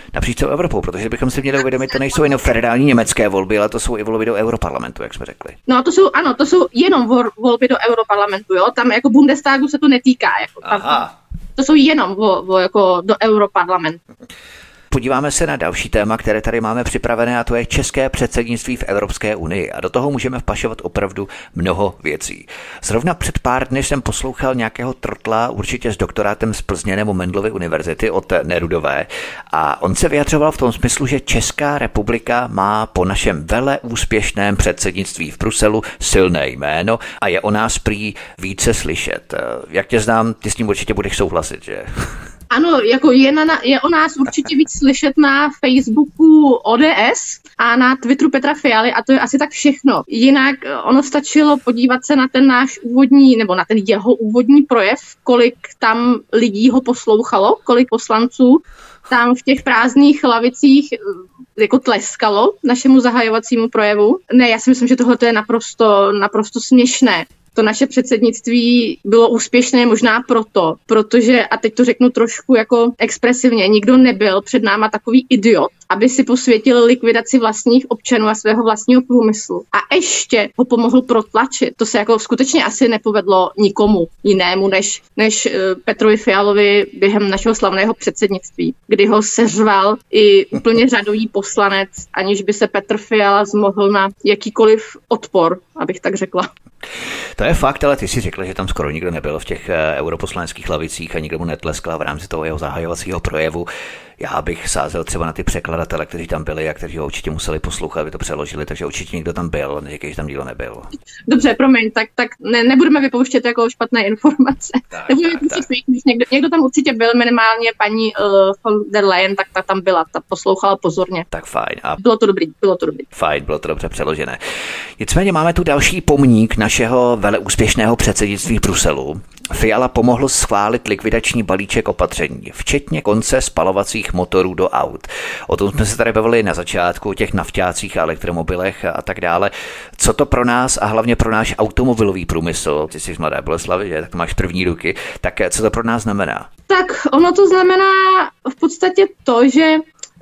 [SPEAKER 1] napříč celou Evropou, protože bychom si měli uvědomit, to nejsou jen federální německé volby, ale to jsou i volby do Europarlamentu, jak jsme řekli.
[SPEAKER 2] No to jsou, ano, to jsou jenom volby do Europarlamentu, jo, tam jako Bundestagu se to netýká, jako tam, to jsou jenom vo, vo, jako do Europarlamentu.
[SPEAKER 1] Podíváme se na další téma, které tady máme připravené, a to je české předsednictví v Evropské unii. A do toho můžeme vpašovat opravdu mnoho věcí. Zrovna před pár dny jsem poslouchal nějakého trotla, určitě s doktorátem z Plzně nebo Mendelovy univerzity od Nerudové, a on se vyjadřoval v tom smyslu, že Česká republika má po našem vele úspěšném předsednictví v Bruselu silné jméno a je o nás prý více slyšet. Jak tě znám, ty s ním určitě budeš souhlasit, že?
[SPEAKER 2] Ano, jako je, na, je o nás určitě víc slyšet na Facebooku O D S a na Twitteru Petra Fialy a to je asi tak všechno. Jinak ono stačilo podívat se na ten náš úvodní, nebo na ten jeho úvodní projev, kolik tam lidí ho poslouchalo, kolik poslanců tam v těch prázdných lavicích jako tleskalo našemu zahajovacímu projevu. Ne, já si myslím, že tohle je naprosto, naprosto směšné. To naše předsednictví bylo úspěšné možná proto, protože, a teď to řeknu trošku jako expresivně, nikdo nebyl před náma takový idiot, aby si posvětil likvidaci vlastních občanů a svého vlastního průmyslu. A ještě ho pomohl protlačit. To se jako skutečně asi nepovedlo nikomu jinému, než, než Petrovi Fialovi během našeho slavného předsednictví, kdy ho seřval i úplně řadový poslanec, aniž by se Petr Fiala zmohl na jakýkoliv odpor, abych tak řekla.
[SPEAKER 1] To je fakt, ale ty si řekla, že tam skoro nikdo nebyl v těch europoslanských lavicích a nikdo mu netleskal v rámci toho jeho zahajovacího projevu. Já bych sázel třeba na ty překladatele, kteří tam byli a kteří ho určitě museli poslouchat, aby to přeložili, takže určitě někdo tam byl, neříkej, že tam nikdo nebyl.
[SPEAKER 2] Dobře, promiň, tak, tak ne, nebudeme vypouštět jako špatné informace. Tak, nebudeme vypouštět fake news. Někdo, někdo tam určitě byl, minimálně paní uh, von der Leyen, tak ta tam byla, ta poslouchala pozorně.
[SPEAKER 1] Tak fajn. A
[SPEAKER 2] bylo to dobrý, bylo to dobrý.
[SPEAKER 1] Fajn, bylo to dobře přeložené. Nicméně máme tu další pomník našeho veleúspěšného předsednictví v Bruselu. Fiala pomohl schválit likvidační balíček opatření, včetně konce spalovacích motorů do aut. O tom jsme se tady bavili na začátku, o těch nafťácích a elektromobilech a tak dále. Co to pro nás a hlavně pro náš automobilový průmysl, ty jsi z Mladé Boleslavi, že? Tak máš první ruky, tak co to pro nás znamená?
[SPEAKER 2] Tak ono to znamená v podstatě to, že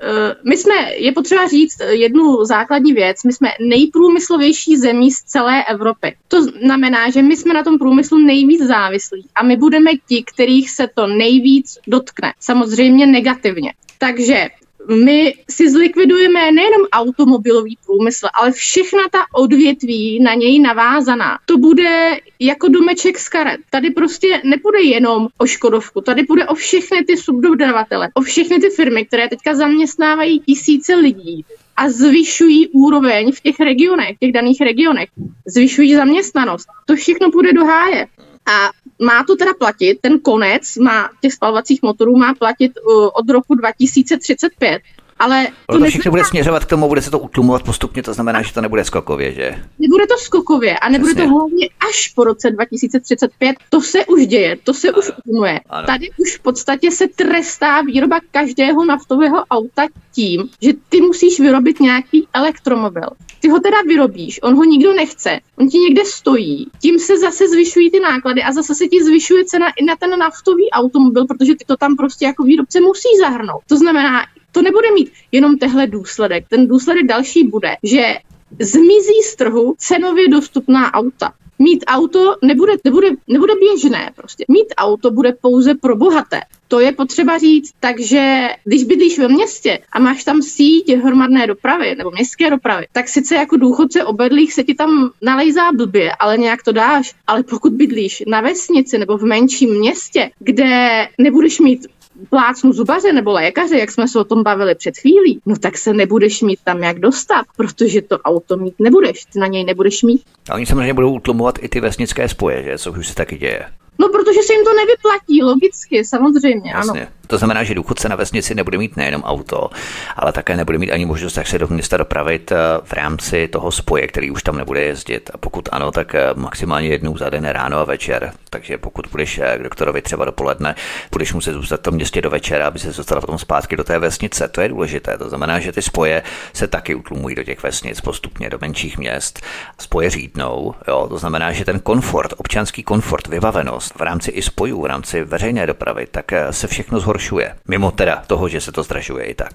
[SPEAKER 2] my jsme, je potřeba říct jednu základní věc, my jsme nejprůmyslovější zemí z celé Evropy. To znamená, že my jsme na tom průmyslu nejvíc závislí a my budeme ti, kterých se to nejvíc dotkne. Samozřejmě negativně. Takže my si zlikvidujeme nejenom automobilový průmysl, ale všechna ta odvětví na něj navázaná. To bude jako domeček z karet. Tady prostě nepůjde jenom o Škodovku, tady půjde o všechny ty subdodavatele, o všechny ty firmy, které teďka zaměstnávají tisíce lidí a zvyšují úroveň v těch regionech, v těch daných regionech. Zvyšují zaměstnanost. To všechno půjde do háje. A má to teda platit, ten konec má těch spalovacích motorů má platit uh, od roku dva tisíce třicet pět. Ale to,
[SPEAKER 1] to všechno bude směřovat k tomu, bude se to utlumovat postupně, to znamená, že to nebude skokově, že?
[SPEAKER 2] Nebude to skokově a nebude Přesně. to hlavně až po roce dva tisíce třicet pět. To se už děje, to se ano. už utlumuje. Ano. Tady už v podstatě se trestá výroba každého naftového auta tím, že ty musíš vyrobit nějaký elektromobil. Ty ho teda vyrobíš, on ho nikdo nechce, on ti někde stojí, tím se zase zvyšují ty náklady a zase se ti zvyšuje cena i na ten naftový automobil, protože ty to tam prostě jako výrobce musí zahrnout. To znamená, to nebude mít jenom tehle důsledek. Ten důsledek další bude, že zmizí z trhu cenově dostupná auta. Mít auto nebude, nebude, nebude běžné prostě. Mít auto bude pouze pro bohaté. To je potřeba říct, takže když bydlíš ve městě a máš tam síť hromadné dopravy nebo městské dopravy, tak sice jako důchodce obydlých se ti tam nalejzá blbě, ale nějak to dáš. Ale pokud bydlíš na vesnici nebo v menším městě, kde nebudeš mít plácnu zubaře nebo lékaře, jak jsme se o tom bavili před chvílí, no tak se nebudeš mít tam jak dostat, protože to auto mít nebudeš, ty na něj nebudeš mít.
[SPEAKER 1] A oni samozřejmě budou utlumovat i ty vesnické spoje, že? Co už se taky děje.
[SPEAKER 2] No, protože se jim to nevyplatí, logicky, samozřejmě,
[SPEAKER 1] Jasně.
[SPEAKER 2] ano.
[SPEAKER 1] To znamená, že důchodce na vesnici nebude mít nejenom auto, ale také nebude mít ani možnost, jak se do města dopravit v rámci toho spoje, který už tam nebude jezdit. A pokud ano, tak maximálně jednou za den ráno a večer. Takže pokud budeš k doktorovi třeba dopoledne, budeš muset zůstat v tom městě do večera, aby se dostal potom zpátky do té vesnice. To je důležité. To znamená, že ty spoje se taky utlumují do těch vesnic postupně, do menších měst. Spoje řídnou, jo? To znamená, že ten komfort, občanský komfort, vybavenost v rámci i spojů, v rámci veřejné dopravy, tak se všechno zhoršuje. Mimo teda toho, že se to zdražuje i tak.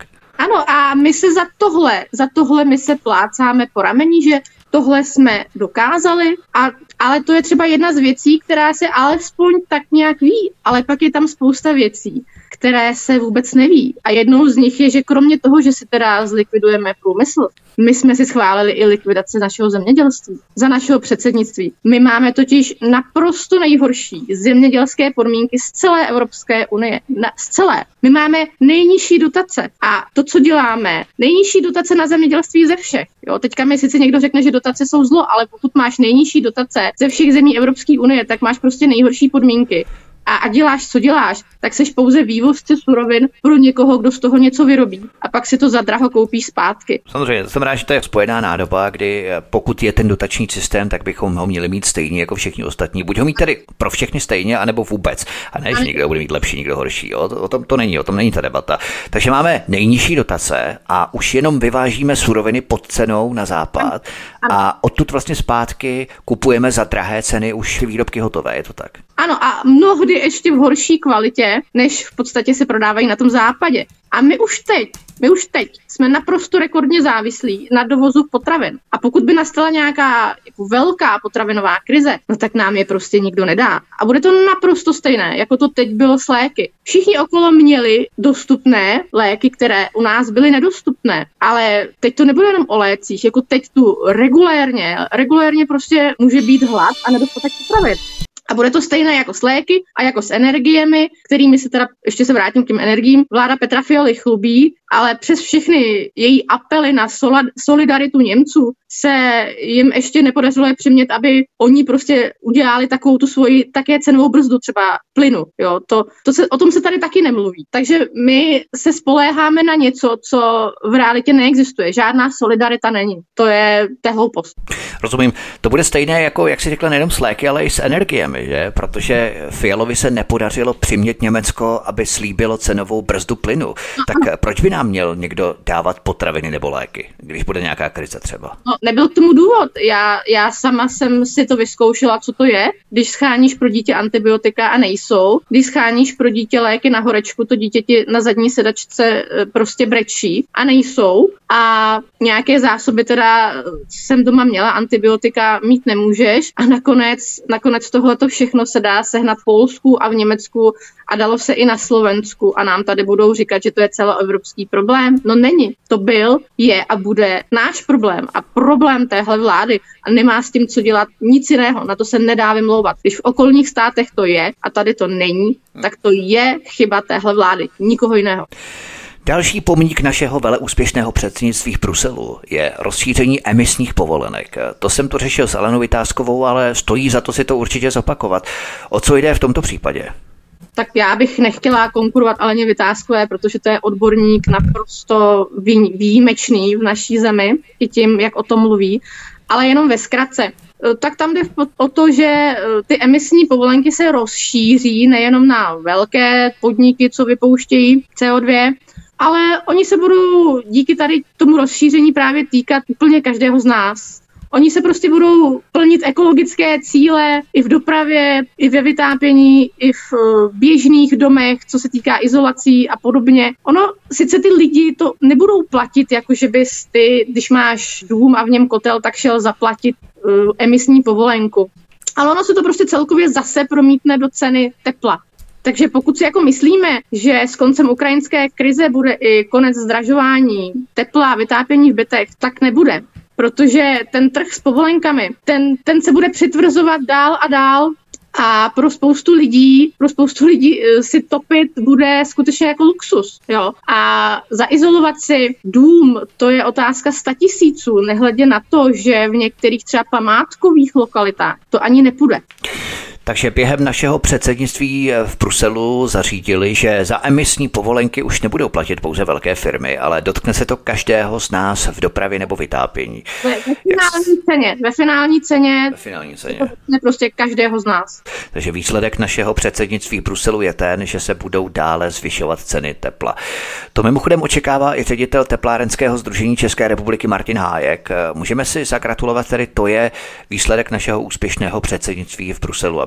[SPEAKER 2] Ano, a my se za tohle, za tohle my se plácáme po rameni, že tohle jsme dokázali, a, ale to je třeba jedna z věcí, která se alespoň tak nějak ví, ale pak je tam spousta věcí, které se vůbec neví. A jednou z nich je, že kromě toho, že si teda zlikvidujeme průmysl, my jsme si schválili i likvidaci našeho zemědělství za našeho předsednictví. My máme totiž naprosto nejhorší zemědělské podmínky z celé Evropské unie. Na, z celé. My máme nejnižší dotace a to, co děláme, nejnižší dotace na zemědělství ze všech. Jo, teďka mi sice někdo řekne, že dotace jsou zlo, ale pokud máš nejnižší dotace ze všech zemí Evropské unie, tak máš prostě nejhorší podmínky. A, a děláš, co děláš, tak seš pouze vývozce surovin pro někoho, kdo z toho něco vyrobí. A pak si to za draho koupí zpátky.
[SPEAKER 1] Samozřejmě, to znamená, že to je spojená nádoba, kdy pokud je ten dotační systém, tak bychom ho měli mít stejný jako všichni ostatní. Buď ho mít tedy pro všechny stejně, anebo vůbec. A ne, že někdo bude mít lepší, někdo horší. Jo? O tom to není, o tom není ta debata. Takže máme nejnižší dotace a už jenom vyvážíme suroviny pod cenou na západ. A odtud vlastně zpátky kupujeme za drahé ceny už výrobky hotové, je to tak?
[SPEAKER 2] Ano, a mnohdy ještě v horší kvalitě, než v podstatě se prodávají na tom západě. A my už teď, my už teď jsme naprosto rekordně závislí na dovozu potravin. A pokud by nastala nějaká jako velká potravinová krize, no tak nám je prostě nikdo nedá. A bude to naprosto stejné, jako to teď bylo s léky. Všichni okolo měli dostupné léky, které u nás byly nedostupné. Ale teď to nebude jenom o lécích, jako teď tu regulérně, regulérně prostě může být hlad a nedostatek potravin. A bude to stejné jako s léky a jako s energiemi, kterými se teda, ještě se vrátím k těm energiím, vláda Petra Fialy chlubí, ale přes všechny její apely na solidaritu Němců se jim ještě nepodařilo je přimět, aby oni prostě udělali takovou tu svoji také cenovou brzdu třeba plynu. Jo, to, to se, o tom se tady taky nemluví. Takže my se spoléháme na něco, co v realitě neexistuje. Žádná solidarita není. To je, to je hloupost.
[SPEAKER 1] Rozumím. To bude stejné jako, jak jsi řekla, nejenom s léky, ale i s energiemi, že? Protože Fialovi se nepodařilo přimět Německo, aby slíbilo cenovou brzdu plynu. Tak proč by nám měl někdo dávat potraviny nebo léky, když bude nějaká krize třeba?
[SPEAKER 2] No, nebyl k tomu důvod. Já, já sama jsem si to vyzkoušela, co to je, když scháníš pro dítě antibiotika a nejsou, když scháníš pro dítě léky na horečku, to dítě ti na zadní sedačce prostě brečí a nejsou. A nějaké zásoby teda jsem doma měla, antibiotika mít nemůžeš a nakonec, nakonec tohleto všechno se dá sehnat v Polsku a v Německu a dalo se i na Slovensku a nám tady budou říkat, že to je celoevropský problém. No není. To byl, je a bude náš problém a problém téhle vlády a nemá s tím co dělat nic jiného. Na to se nedá vymlouvat. Když v okolních státech to je a tady to není, tak to je chyba téhle vlády. Nikoho jiného.
[SPEAKER 1] Další pomník našeho veleúspěšného předsednictví v Bruselu je rozšíření emisních povolenek. To jsem to řešil s Alenou Vitáskovou, ale stojí za to si to určitě zopakovat. O co jde v tomto případě?
[SPEAKER 2] Tak já bych nechtěla konkurovat Aleně Vitáskové, protože to je odborník naprosto výjimečný v naší zemi, i tím, jak o tom mluví, ale jenom ve zkratce. Tak tam jde o to, že ty emisní povolenky se rozšíří nejenom na velké podniky, co vypouštějí C O dva, ale oni se budou díky tady tomu rozšíření právě týkat úplně každého z nás. Oni se prostě budou plnit ekologické cíle i v dopravě, i ve vytápění, i v běžných domech, co se týká izolací a podobně. Ono, sice ty lidi to nebudou platit, jako že bys ty, když máš dům a v něm kotel, tak šel zaplatit uh, emisní povolenku. Ale ono se to prostě celkově zase promítne do ceny tepla. Takže pokud si jako myslíme, že s koncem ukrajinské krize bude i konec zdražování tepla a vytápění v bytech, tak nebude. Protože ten trh s povolenkami, ten, ten se bude přitvrzovat dál a dál a pro spoustu lidí, pro spoustu lidí si topit bude skutečně jako luxus. Jo? A zaizolovat si dům, to je otázka statisíců, nehledě na to, že v některých třeba památkových lokalitách to ani nepůjde.
[SPEAKER 1] Takže během našeho předsednictví v Bruselu zařídili, že za emisní povolenky už nebudou platit pouze velké firmy, ale dotkne se to každého z nás v dopravě nebo vytápění. Ve, ve
[SPEAKER 2] finální Jak... ceně, ve finální ceně,
[SPEAKER 1] ve finální ceně.
[SPEAKER 2] To prostě každého z nás.
[SPEAKER 1] Takže výsledek našeho předsednictví v Bruselu je ten, že se budou dále zvyšovat ceny tepla. To mimochodem očekává i ředitel teplárenského sdružení České republiky Martin Hájek. Můžeme si zagratulovat, tedy to je výsledek našeho úspěšného předsednictví v Bruselu, aby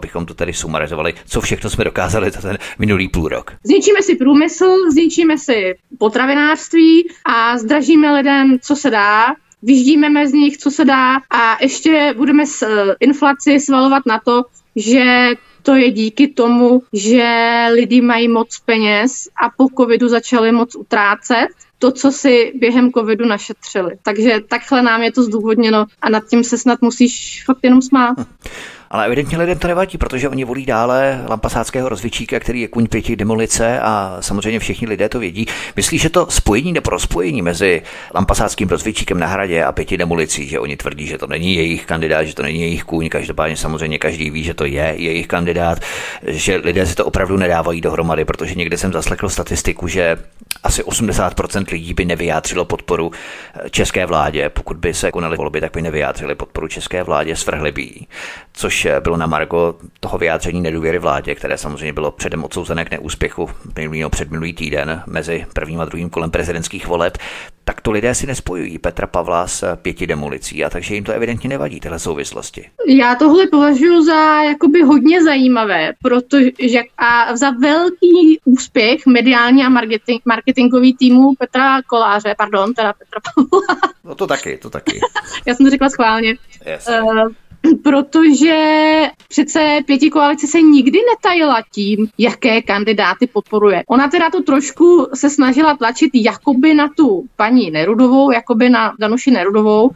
[SPEAKER 1] abychom to tady sumarizovali, co všechno jsme dokázali za ten minulý půl rok.
[SPEAKER 2] Zničíme si průmysl, zničíme si potravinářství a zdražíme lidem, co se dá. Vyždímeme z nich, co se dá a ještě budeme s inflaci svalovat na to, že to je díky tomu, že lidi mají moc peněz a po covidu začali moc utrácet to, co si během covidu našetřili. Takže takhle nám je to zdůvodněno a nad tím se snad musíš fakt jenom smát.
[SPEAKER 1] Hm. Ale evidentně lidem to nevadí, protože oni volí dále lampasáckého rozvědčíka, který je kuň pěti demolice a samozřejmě všichni lidé to vědí. Myslíš, že to spojení nebo rozpojení mezi lampasáckým rozvědčíkem na Hradě a pěti demolicí, že oni tvrdí, že to není jejich kandidát, že to není jejich kůň, každopádně samozřejmě každý ví, že to je jejich kandidát, že lidé si to opravdu nedávají dohromady, protože někde jsem zaslechl statistiku, že asi osmdesát procent lidí by nevyjádřilo podporu české vládě, pokud by se konaly volby, tak by nevyjádřili podporu české vládě, svrhli by jí. Což bylo na margo toho vyjádření nedůvěry vládě, které samozřejmě bylo předem odsouzené k neúspěchu minulý předminulý týden mezi prvním a druhým kolem prezidentských voleb, tak to lidé si nespojují Petra Pavla s pěti demolicí a takže jim to evidentně nevadí, tyhle souvislosti.
[SPEAKER 2] Já tohle považuji za jakoby hodně zajímavé, protože a za velký úspěch mediální a marketing, marketingový týmu Petra Koláře, pardon, teda Petra Pavla.
[SPEAKER 1] No to taky, to taky.
[SPEAKER 2] Já jsem to řekla schválně.
[SPEAKER 1] Yes.
[SPEAKER 2] Uh, Protože přece pětikoalice se nikdy netajila tím, jaké kandidáty podporuje. Ona teda to trošku se snažila tlačit jakoby na tu paní Nerudovou, jakoby na Danuši Nerudovou,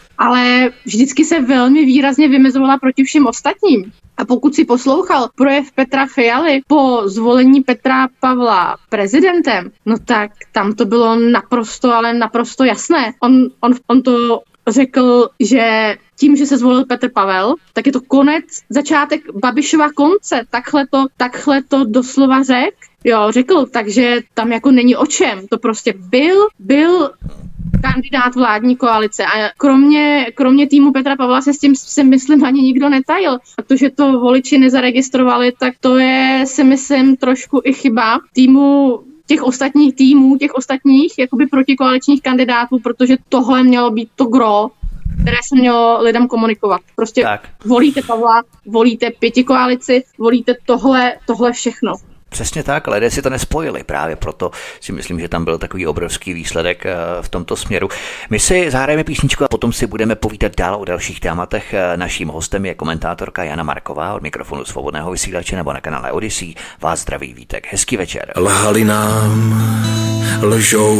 [SPEAKER 2] ale vždycky se velmi výrazně vymezovala proti všem ostatním. A pokud si poslouchal projev Petra Fialy po zvolení Petra Pavla prezidentem, no tak tam to bylo naprosto, ale naprosto jasné. On, on, on to řekl, že tím, že se zvolil Petr Pavel, tak je to konec, začátek Babišova konce. Takhle to, takhle to doslova řekl. Jo, řekl, takže tam jako není o čem. To prostě byl, byl kandidát vládní koalice a kromě, kromě týmu Petra Pavla se s tím si myslím ani nikdo netajil. A to, že to voliči nezaregistrovali, tak to je si myslím trošku i chyba týmu těch ostatních týmů, těch ostatních jakoby protikoaličních kandidátů, protože tohle mělo být to gro, které se mělo lidem komunikovat. Prostě tak. Volíte Pavla, volíte pětikoalici, volíte tohle, tohle všechno.
[SPEAKER 1] Přesně tak, lidé si to nespojili, právě proto si myslím, že tam byl takový obrovský výsledek v tomto směru. My si zahrajeme písničku a potom si budeme povídat dál o dalších tématech. Naším hostem je komentátorka Jana Marková od mikrofonu Svobodného vysílače nebo na kanále Odyssey. Vás zdraví Vítek, hezký večer.
[SPEAKER 4] Lhali nám, lžou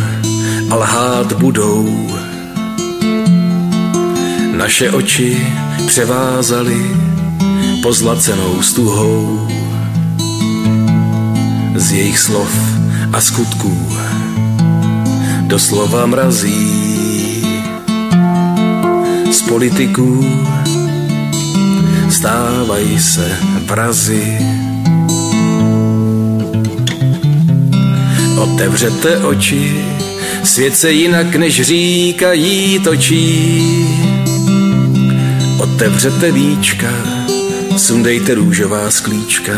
[SPEAKER 4] a lhát budou. Naše oči převázaly pozlacenou stuhou. Z jejich slov a skutků doslova mrazí. Z politiků stávají se vrazi. Otevřete oči, svět se jinak než říkají točí. Otevřete víčka, sundejte růžová sklíčka.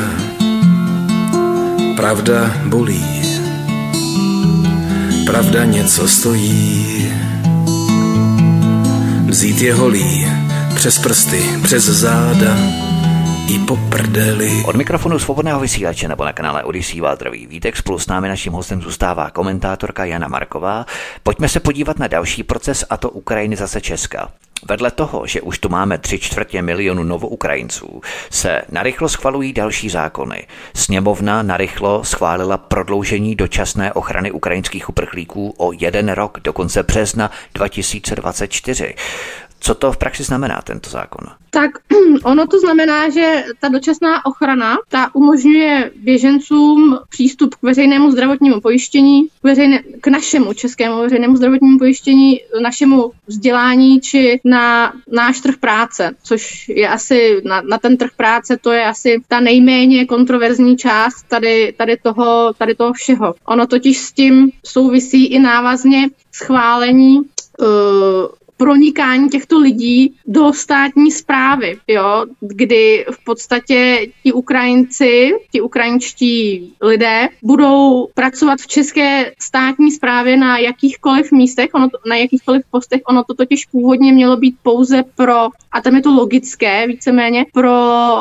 [SPEAKER 4] Pravda bolí, pravda něco stojí. Vzít je holí, přes prsty, přes záda i po prdeli.
[SPEAKER 1] Od mikrofonu Svobodného vysílače nebo na kanále Odyssey vás zdraví Vítek. Spolu s námi naším hostem zůstává komentátorka Jana Marková. Pojďme se podívat na další proces, a to Ukrajinizace Česka. Vedle toho, že už tu máme tři čtvrtě milionu novoukrajinců, se narychlo schvalují další zákony. Sněmovna narychlo schválila prodloužení dočasné ochrany ukrajinských uprchlíků o jeden rok do konce března dva tisíce dvacet čtyři. Co to v praxi znamená, tento zákon?
[SPEAKER 2] Tak ono to znamená, že ta dočasná ochrana, ta umožňuje běžencům přístup k veřejnému zdravotnímu pojištění, k, veřejné, k našemu českému veřejnému zdravotnímu pojištění, našemu vzdělání či na náš trh práce, což je asi, na, na ten trh práce to je asi ta nejméně kontroverzní část tady, tady, toho, tady toho všeho. Ono totiž s tím souvisí i návazně schválení uh, pronikání těchto lidí do státní správy, jo, kdy v podstatě ti Ukrajinci, ti ukrajinští lidé budou pracovat v české státní správě na jakýchkoliv místech, ono to, na jakýchkoliv postech, ono to totiž původně mělo být pouze pro, a tam je to logické, víceméně, pro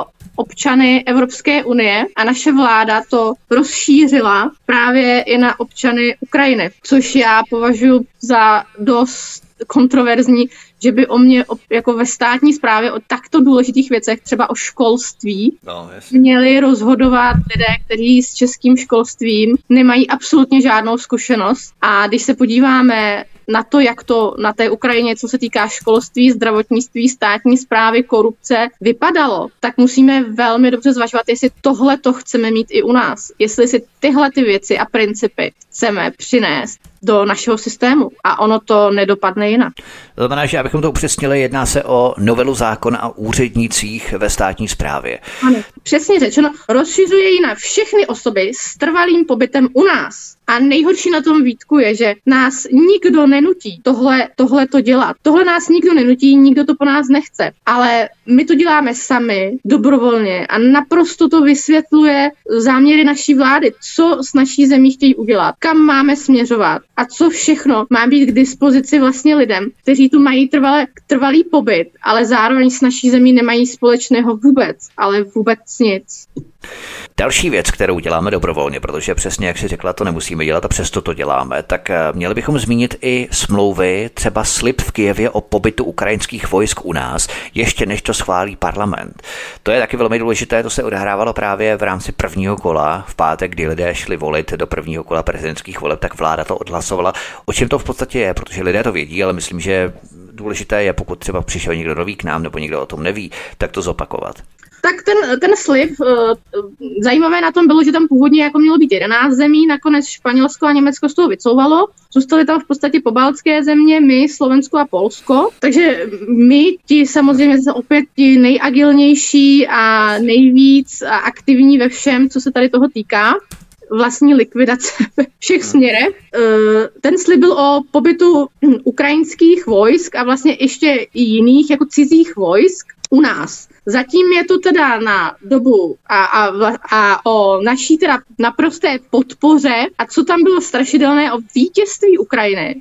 [SPEAKER 2] občany Evropské unie a naše vláda to rozšířila právě i na občany Ukrajiny, což já považuji za dost kontroverzní, že by o mě jako ve státní správě o takto důležitých věcech, třeba o školství, no, měli rozhodovat lidé, kteří s českým školstvím nemají absolutně žádnou zkušenost. A když se podíváme na to, jak to na té Ukrajině, co se týká školství, zdravotnictví, státní správy, korupce, vypadalo, tak musíme velmi dobře zvažovat, jestli tohle to chceme mít i u nás. Jestli si tyhle ty věci a principy chceme přinést do našeho systému a ono to nedopadne jinak.
[SPEAKER 1] To znamená, že abychom to upřesnili, jedná se o novelu zákona o úřednících ve státní správě.
[SPEAKER 2] Ano, přesně řečeno, rozšiřuje ji na všechny osoby s trvalým pobytem u nás. A nejhorší na tom, Vítku, je, že nás nikdo nenutí tohle, tohle to dělat. Tohle nás nikdo nenutí, nikdo to po nás nechce. Ale my to děláme sami, dobrovolně a naprosto to vysvětluje záměry naší vlády, co s naší zemí chtějí udělat, kam máme směřovat a co všechno má být k dispozici vlastně lidem, kteří tu mají trvalé, trvalý pobyt, ale zároveň s naší zemí nemají společného vůbec, ale vůbec nic.
[SPEAKER 1] Další věc, kterou děláme dobrovolně, protože přesně jak si řekla, to nemusíme dělat a přesto to děláme, tak měli bychom zmínit i smlouvy, třeba slib v Kyjevě o pobytu ukrajinských vojsk u nás, ještě než to schválí parlament. To je taky velmi důležité, to se odehrávalo právě v rámci prvního kola, v pátek, kdy lidé šli volit do prvního kola prezidentských voleb, tak vláda to odhlasovala. O čem to v podstatě je, protože lidé to vědí, ale myslím, že důležité je, pokud třeba přišel někdo nový k nám nebo někdo o tom neví, tak to zopakovat.
[SPEAKER 2] Tak ten, ten slib, zajímavé na tom bylo, že tam původně jako mělo být jedenáct zemí, nakonec Španělsko a Německo z toho vycouvalo. Zůstaly tam v podstatě pobaltské země, my, Slovensko a Polsko. Takže my, ti samozřejmě jsme opět ti nejagilnější a nejvíc aktivní ve všem, co se tady toho týká. Vlastní likvidace ve všech směrech. Ten slib byl o pobytu ukrajinských vojsk a vlastně ještě i jiných jako cizích vojsk u nás. Zatím je to teda na dobu a, a, a o naší teda naprosté podpoře a co tam bylo strašidelné o vítězství Ukrajiny.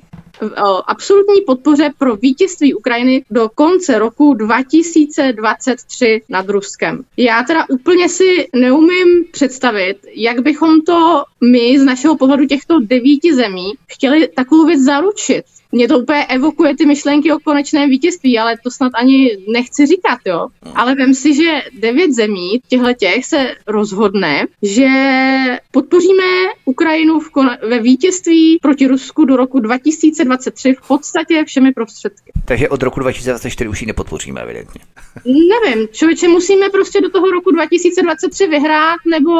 [SPEAKER 2] O absolutní podpoře pro vítězství Ukrajiny do konce roku dva tisíce dvacet tři nad Ruskem. Já teda úplně si neumím představit, jak bychom to my z našeho pohledu těchto devíti zemí chtěli takovou věc zaručit. Mě to úplně evokuje ty myšlenky o konečném vítězství, ale to snad ani nechci říkat, jo. Ale vem si, že devět zemí těchhletěch se rozhodne, že podpoříme Ukrajinu v kon- ve vítězství proti Rusku do roku dva tisíce dvacet tři v podstatě všemi prostředky.
[SPEAKER 1] Takže od roku dva tisíce dvacet čtyři už ji nepodpoříme, evidentně.
[SPEAKER 2] Nevím, člověče, musíme prostě do toho roku dva tisíce dvacet tři vyhrát, nebo,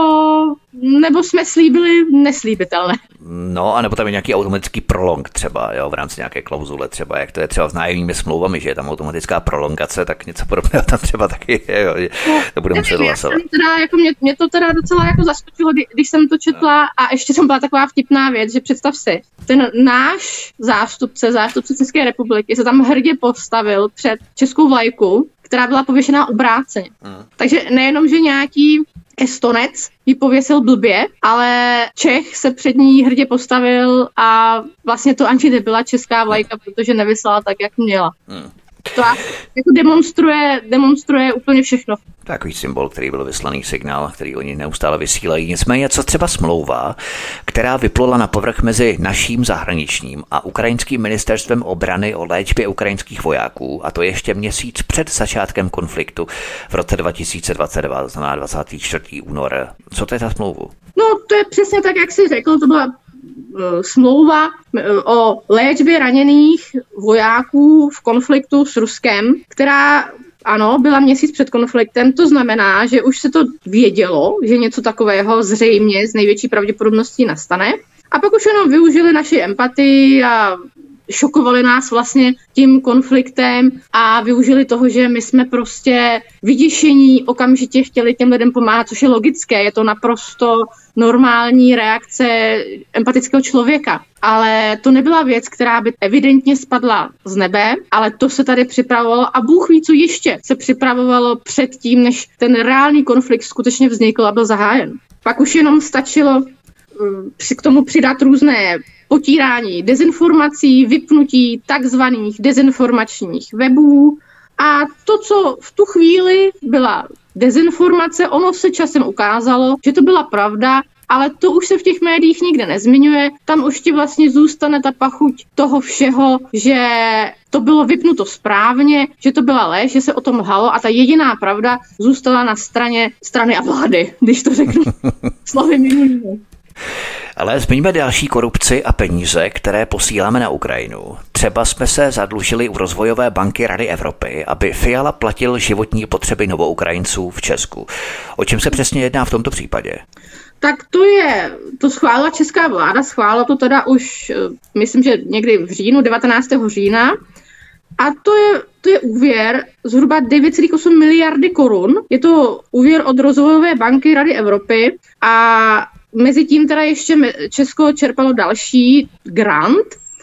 [SPEAKER 2] nebo jsme slíbili neslíbitelné.
[SPEAKER 1] No, anebo tam je nějaký automatický prolong třeba, jo, v rámci nějaké klauzule třeba, jak to je třeba s nájemními smlouvami, že je tam automatická prolongace, tak něco podobného tam třeba taky je, jo, že to bude muset hlasovat.
[SPEAKER 2] Teda, jako mě, mě to teda docela jako zaskočilo, když jsem to četla a ještě tam byla taková vtipná věc, že představ si, ten náš zástupce, zástupce České republiky se tam hrdě postavil před českou vlajku, která byla pověšená obráceně. Hmm. Takže nejenom, že nějaký Estonec ji pověsil blbě, ale Čech se před ní hrdě postavil a vlastně to ani nebyla česká vlajka, protože nevisela tak, jak měla. Hmm. To jako demonstruje, demonstruje úplně všechno.
[SPEAKER 1] Takový symbol, který byl vyslaný signál, který oni neustále vysílají. Nicméně, co třeba smlouva, která vyplula na povrch mezi naším zahraničním a ukrajinským ministerstvem obrany o léčbě ukrajinských vojáků, a to ještě měsíc před začátkem konfliktu v roce dva tisíce dvacet dva, to znamená dvacátého čtvrtého února. Co to je za smlouvu?
[SPEAKER 2] No, to je přesně tak, jak jsi řekl, to byla smlouva o léčbě raněných vojáků v konfliktu s Ruskem, která, ano, byla měsíc před konfliktem, to znamená, že už se to vědělo, že něco takového zřejmě s největší pravděpodobností nastane. A pak už jenom využili naši empatii a šokovali nás vlastně tím konfliktem a využili toho, že my jsme prostě vyděšení okamžitě chtěli těm lidem pomáhat, což je logické, je to naprosto normální reakce empatického člověka. Ale to nebyla věc, která by evidentně spadla z nebe, ale to se tady připravovalo a Bůh ví, co ještě se připravovalo před tím, než ten reálný konflikt skutečně vznikl a byl zahájen. Pak už jenom stačilo k tomu přidat různé potírání dezinformací, vypnutí takzvaných dezinformačních webů a to, co v tu chvíli byla dezinformace, ono se časem ukázalo, že to byla pravda, ale to už se v těch médiích nikde nezmiňuje, tam už ti vlastně zůstane ta pachuť toho všeho, že to bylo vypnuto správně, že to byla lež, že se o tom lhalo a ta jediná pravda zůstala na straně strany a vlády, když to řeknu slovy minulými.
[SPEAKER 1] Ale zmiňme další korupci a peníze, které posíláme na Ukrajinu. Třeba jsme se zadlužili u Rozvojové banky Rady Evropy, aby Fiala platil životní potřeby Novoukrajinců v Česku. O čem se přesně jedná v tomto případě?
[SPEAKER 2] Tak to je, to schválila česká vláda, schválila to teda už, myslím, že někdy v říjnu, devatenáctého října. A to je, to je úvěr zhruba devět celá osm miliardy korun. Je to úvěr od Rozvojové banky Rady Evropy a mezi tím teda ještě Česko čerpalo další grant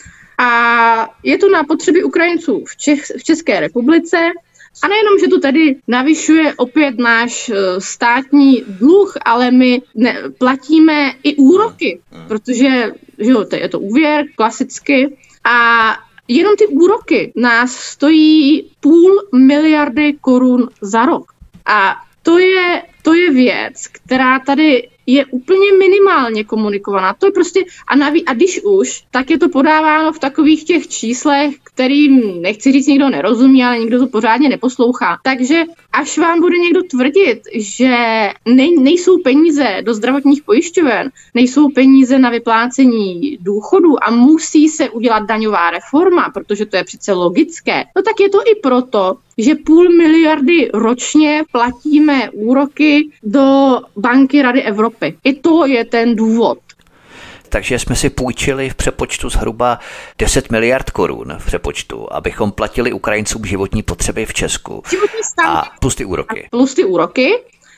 [SPEAKER 2] a je to na potřeby Ukrajinců v, Čech, v České republice. A nejenom, že to tady navyšuje opět náš státní dluh, ale my ne, platíme i úroky, protože že jo, to je to úvěr klasicky a jenom ty úroky nás stojí půl miliardy korun za rok. A to je, to je věc, která tady je úplně minimálně komunikovaná. To je prostě, a, naví, a když už, tak je to podáváno v takových těch číslech, kterým, nechci říct, nikdo nerozumí, ale nikdo to pořádně neposlouchá. Takže až vám bude někdo tvrdit, že nej, nejsou peníze do zdravotních pojišťoven, nejsou peníze na vyplácení důchodů a musí se udělat daňová reforma, protože to je přece logické, no tak je to i proto, že půl miliardy ročně platíme úroky do banky Rady Evropy. I to je ten důvod.
[SPEAKER 1] Takže jsme si půjčili v přepočtu zhruba deset miliard korun v přepočtu, abychom platili Ukrajincům životní potřeby v Česku.
[SPEAKER 2] Životní stav.
[SPEAKER 1] A plus ty úroky.
[SPEAKER 2] Plus ty úroky.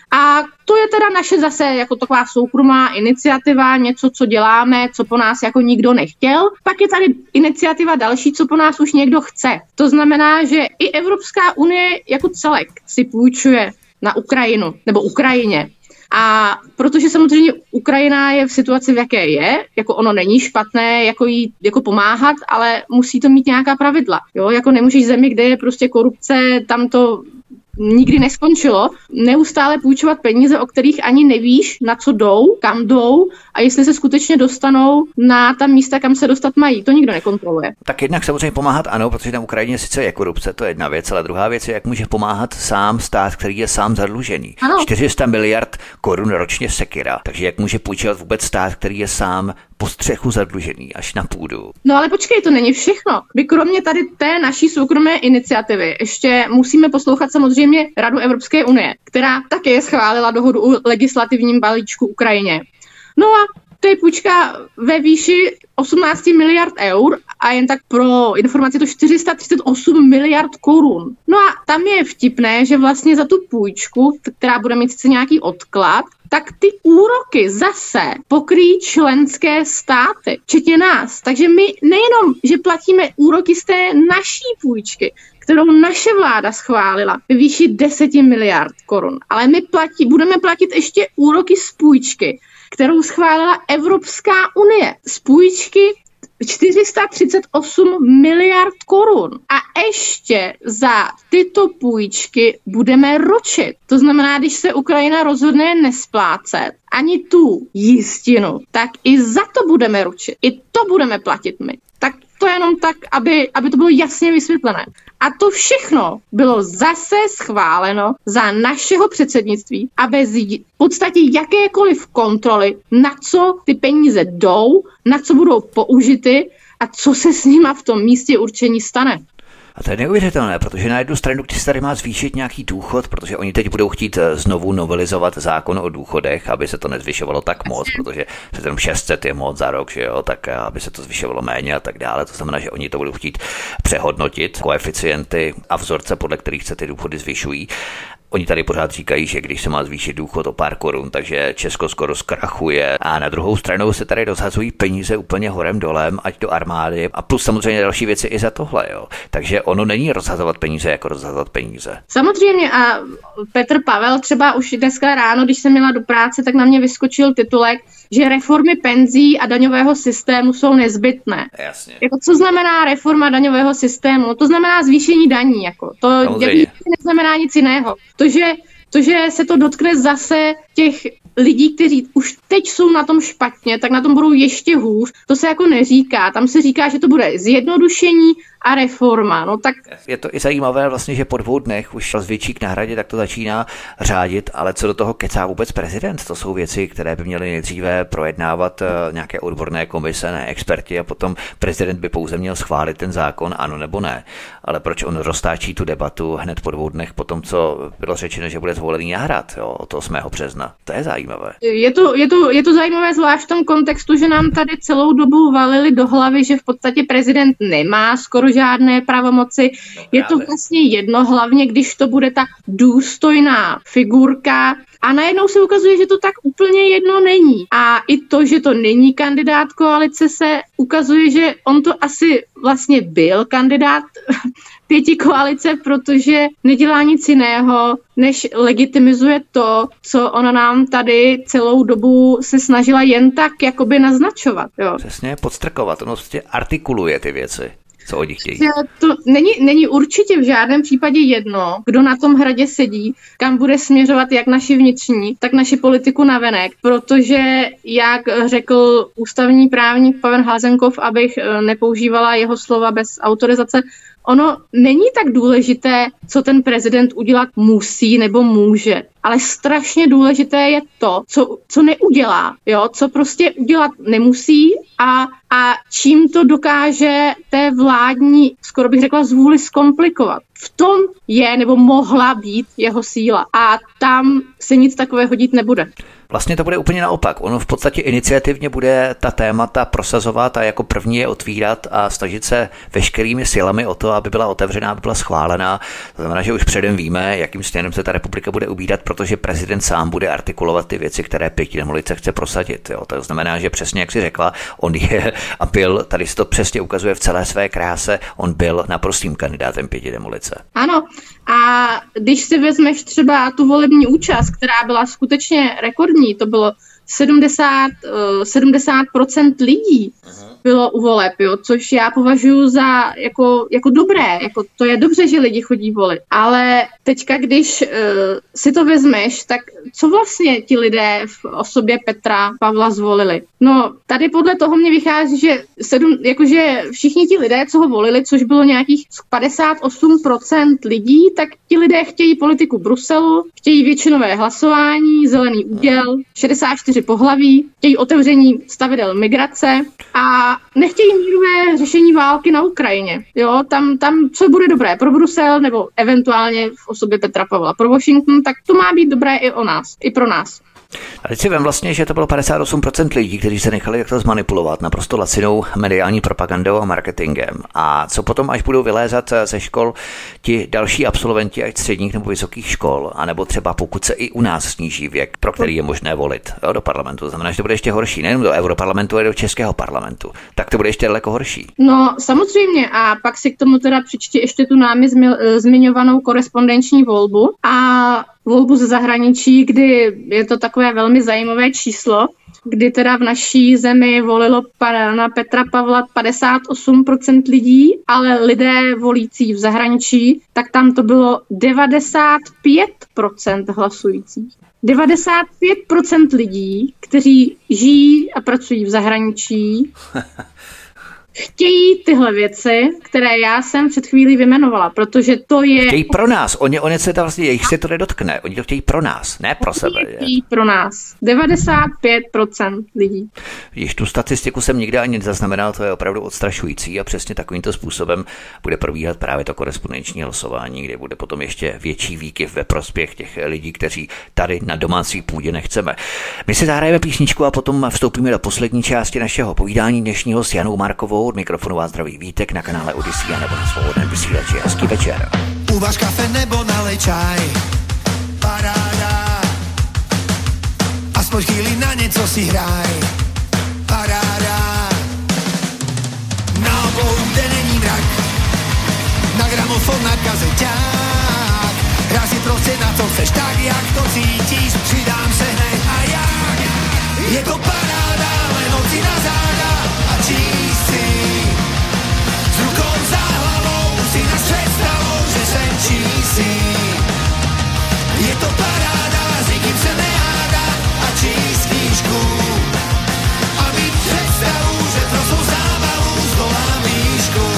[SPEAKER 2] A to je teda naše zase jako taková soukromá iniciativa, něco, co děláme, co po nás jako nikdo nechtěl. Pak je tady iniciativa další, co po nás už někdo chce. To znamená, že i Evropská unie jako celek si půjčuje na Ukrajinu, nebo Ukrajině. A protože samozřejmě Ukrajina je v situaci, v jaké je, jako ono není špatné, jako jí jako pomáhat, ale musí to mít nějaká pravidla. Jo? Jako nemůžeš zemi, kde je prostě korupce, tam to nikdy neskončilo, neustále půjčovat peníze, o kterých ani nevíš, na co jdou, kam jdou a jestli se skutečně dostanou na ta místa, kam se dostat mají. To nikdo nekontroluje.
[SPEAKER 1] Tak jednak samozřejmě pomáhat ano, protože na Ukrajině sice je korupce, to je jedna věc, ale druhá věc je, jak může pomáhat sám stát, který je sám zadlužený. Ano. čtyři sta miliard korun ročně sekira, takže jak může půjčovat vůbec stát, který je sám po střechu zadlužený až na půdu.
[SPEAKER 2] No ale počkej, to není všechno. My kromě tady té naší soukromé iniciativy ještě musíme poslouchat samozřejmě Radu Evropské unie, která také schválila dohodu o legislativním balíčku Ukrajině. No a to je půjčka ve výši osmnáct miliard eur a jen tak pro informaci to čtyři sta třicet osm miliard korun. No a tam je vtipné, že vlastně za tu půjčku, která bude mít sice nějaký odklad, tak ty úroky zase pokryjí členské státy, včetně nás. Takže my nejenom, že platíme úroky z té naší půjčky, kterou naše vláda schválila ve výši deset miliard korun, ale my platí, budeme platit ještě úroky z půjčky, kterou schválila Evropská unie. Z půjčky čtyři sta třicet osm miliard korun. A ještě za tyto půjčky budeme ročit. To znamená, když se Ukrajina rozhodne nesplácet ani tu jistinu, tak i za to budeme ručit. I to budeme platit my. Tak to jenom tak, aby, aby to bylo jasně vysvětlené. A to všechno bylo zase schváleno za našeho předsednictví a bez v podstatě jakékoliv kontroly, na co ty peníze jdou, na co budou použity a co se s nima v tom místě určení stane.
[SPEAKER 1] A to je neuvěřitelné, protože na jednu stranu, když se tady má zvýšit nějaký důchod, protože oni teď budou chtít znovu novelizovat zákon o důchodech, aby se to nezvyšovalo tak moc, protože se ten šest set je moc za rok, že jo, tak aby se to zvyšovalo méně a tak dále. To znamená, že oni to budou chtít přehodnotit, koeficienty a vzorce, podle kterých se ty důchody zvyšují. Oni tady pořád říkají, že když se má zvýšit důchod o pár korun, takže Česko skoro zkrachuje. A na druhou stranu se tady rozhazují peníze úplně horem dolem, ať do armády. A plus samozřejmě další věci i za tohle. Jo. Takže ono není rozhazovat peníze jako rozhazovat peníze.
[SPEAKER 2] Samozřejmě a Petr Pavel třeba už dneska ráno, když jsem měla do práce, tak na mě vyskočil titulek, že reformy penzí a daňového systému jsou nezbytné.
[SPEAKER 1] Jasně.
[SPEAKER 2] Jako, co znamená reforma daňového systému? To znamená zvýšení daní. Jako. To neznamená nic jiného. To že, to, že se to dotkne zase těch lidí, kteří už teď jsou na tom špatně, tak na tom budou ještě hůř. To se jako neříká. Tam se říká, že to bude zjednodušení a reforma. No tak...
[SPEAKER 1] Je to i zajímavé vlastně, že po dvou dnech už rozvědčík na Hradě, tak to začíná řádit, ale co do toho kecá vůbec prezident? To jsou věci, které by měly nejdříve projednávat nějaké odborné komise, ne experti, a potom prezident by pouze měl schválit ten zákon, ano nebo ne. Ale proč on roztáčí tu debatu hned po dvou dnech po tom, co bylo řečeno, že bude zvolený na Hrad, jo, od osmého března? To je zajímavé.
[SPEAKER 2] Je to, je to, je to zajímavé zvlášť v tom kontextu, že nám tady celou dobu valili do hlavy, že v podstatě prezident nemá skoro žádné pravomoci. Je to vlastně jedno, hlavně když to bude ta důstojná figurka. A najednou se ukazuje, že to tak úplně jedno není. A i to, že to není kandidát koalice, se ukazuje, že on to asi vlastně byl kandidát pěti koalice, protože nedělá nic jiného, než legitimizuje to, co ona nám tady celou dobu se snažila jen tak jakoby naznačovat. Jo.
[SPEAKER 1] Přesně, podstrkovat, ono prostě artikuluje ty věci. Co oni chtějí.
[SPEAKER 2] To není, není určitě v žádném případě jedno, kdo na tom Hradě sedí, kam bude směřovat jak naši vnitřní, tak naši politiku navenek, protože, jak řekl ústavní právník Pavel Házenkov, abych nepoužívala jeho slova bez autorizace, ono není tak důležité, co ten prezident udělat musí nebo může, ale strašně důležité je to, co, co neudělá, jo? Co prostě udělat nemusí a, a čím to dokáže té vládní, skoro bych řekla, zvůli zkomplikovat. V tom je nebo mohla být jeho síla a tam se nic takového dít nebude.
[SPEAKER 1] Vlastně to bude úplně naopak. Ono v podstatě iniciativně bude ta témata prosazovat a jako první je otvírat a snažit se veškerými silami o to, aby byla otevřená, aby byla schválená. To znamená, že už předem víme, jakým směrem se ta republika bude ubírat, protože prezident sám bude artikulovat ty věci, které pětidemolice chce prosadit. Jo. To znamená, že přesně jak si řekla, on je a byl, tady se to přesně ukazuje v celé své kráse, on byl naprostým kandidátem pětidemolice.
[SPEAKER 2] Ano. A když si vezmeš třeba tu volební účast, která byla skutečně rekordní, to bylo sedmdesát procent lidí bylo u voleb, jo, což já považuji za jako, jako dobré, jako to je dobře, že lidi chodí volit, ale teďka, když uh, si to vezmeš, tak co vlastně ti lidé v osobě Petra Pavla zvolili? No, tady podle toho mě vychází, že, sedm, jakože všichni ti lidé, co ho volili, což bylo nějakých padesát osm procent lidí, tak ti lidé chtějí politiku Bruselu, chtějí většinové hlasování, zelený úděl, šedesát čtyři pohlaví, chtějí otevření stavidel migrace a nechtějí mírové řešení války na Ukrajině. Jo, tam, tam, co bude dobré pro Brusel, nebo eventuálně v osobě Petra Pavla pro Washington, tak to má být dobré i o nás, i pro nás.
[SPEAKER 1] A teď si vem vlastně, že to bylo padesát osm procent lidí, kteří se nechali takto zmanipulovat naprosto lacinou mediální propagandou a marketingem. A co potom, až budou vylézat ze škol ti další absolventi, ať středních nebo vysokých škol, anebo třeba pokud se i u nás sníží věk, pro který je možné volit, jo, do parlamentu. To znamená, že to bude ještě horší, nejen do Europarlamentu, ale do Českého parlamentu. Tak to bude ještě daleko horší.
[SPEAKER 2] No, samozřejmě. A pak si k tomu teda přičti ještě tu námi zmiňovanou korespondenční volbu a volbu ze zahraničí, kdy je to takové velmi zajímavé číslo, kdy teda v naší zemi volilo na Petra Pavla padesát osm procent lidí, ale lidé volící v zahraničí, tak tam to bylo devadesát pět procent hlasujících. devadesát pět procent lidí, kteří žijí a pracují v zahraničí, chtějí tyhle věci, které já jsem před chvílí vyjmenovala, protože to je...
[SPEAKER 1] Chtějí pro nás, oni, oni se to vlastně, jejich se to nedotkne, oni to chtějí pro nás, ne pro sebe.
[SPEAKER 2] Chtějí pro nás. devadesát pět procent lidí.
[SPEAKER 1] Již tu statistiku jsem nikdy ani nezaznamenal, to je opravdu odstrašující a přesně takovýmto způsobem bude probíhat právě to korespondenční hlasování, kde bude potom ještě větší výkyv ve prospěch těch lidí, kteří tady na domácí půdě nechceme. My si zahrajeme písničku a potom vstoupíme do poslední části našeho povídání dnešního s Janou Markovou. Od mikrofonu vás zdraví Vítek na kanále Odyssey nebo na Svobodném vysílači. Hezký večer.
[SPEAKER 5] Uvaž kafe nebo nalej čaj. Paráda. Aspoň chvíli na něco si hraj. Paráda. Na obou, kde není mrak. Na gramofon, na kazeťák. Hraj si prostě na to chceš tak, jak to cítíš. Přidám se hned a jak. Je to paráda, lehnout si na záda a číst si. S rukou za hlavou si nás představou, že jsem čísi. Je to paráda, s nikým se nehádá a číst knížku. A mít představu, že pro svou zábavu zdolám výšku.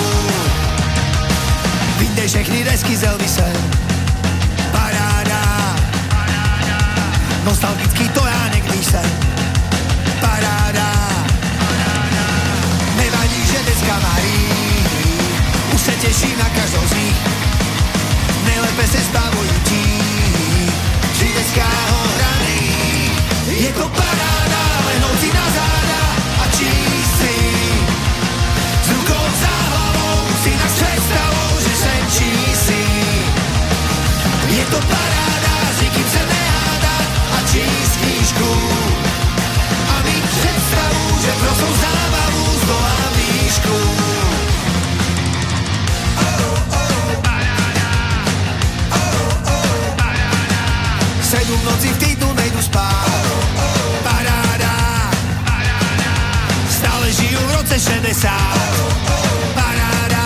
[SPEAKER 5] Vyndej všechny desky z Elvisem. Paráda. Nostalgický to já někdy jsem. Paráda. Nevadí, že deska marí. Už se těším na každou z nich. Nejlépe se stavují tí. Při deskách ohraný. Je to paráda, lehnout si na záda a číst si. S rukou za hlavou si nás představou, že jsem čísi. Je to paráda, s nikým se nehádá a číst knížku. A mít představu, že pro svou zábavu zdolám výšku. Sedm nocí v týdnu nejdu spát. Paráda. Stále žiju v roce šedesát. Paráda.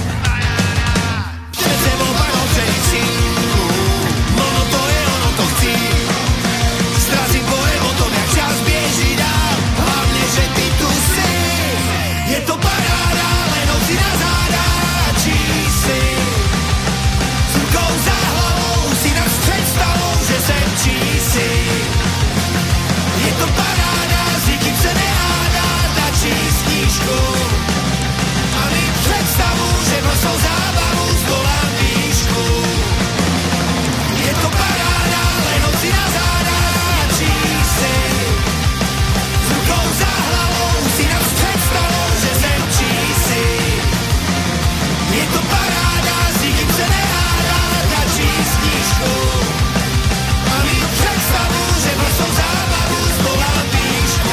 [SPEAKER 5] Před sebou pak opřenici. Ono to je, ono to chci. Ztrácím pojem o tom, jak čas běží dál. Hlavně, že ty tu jsi. Je to paráda, lehnout si na záda a číst si. S rukou za hlavou si nás představou, že jsem čísi. Je to paráda, s nikým se nehádá a číst knížku. A mít představu, že pro svou zábavu zdolám výšku. Je to paráda, lehnout si na záda a číst si. S rukou za hlavou si nás představou, že jsem čísi. Je to paráda, s nikým se nehádá a číst knížku. A mít představu, že pro svou zábavu zdolám výšku.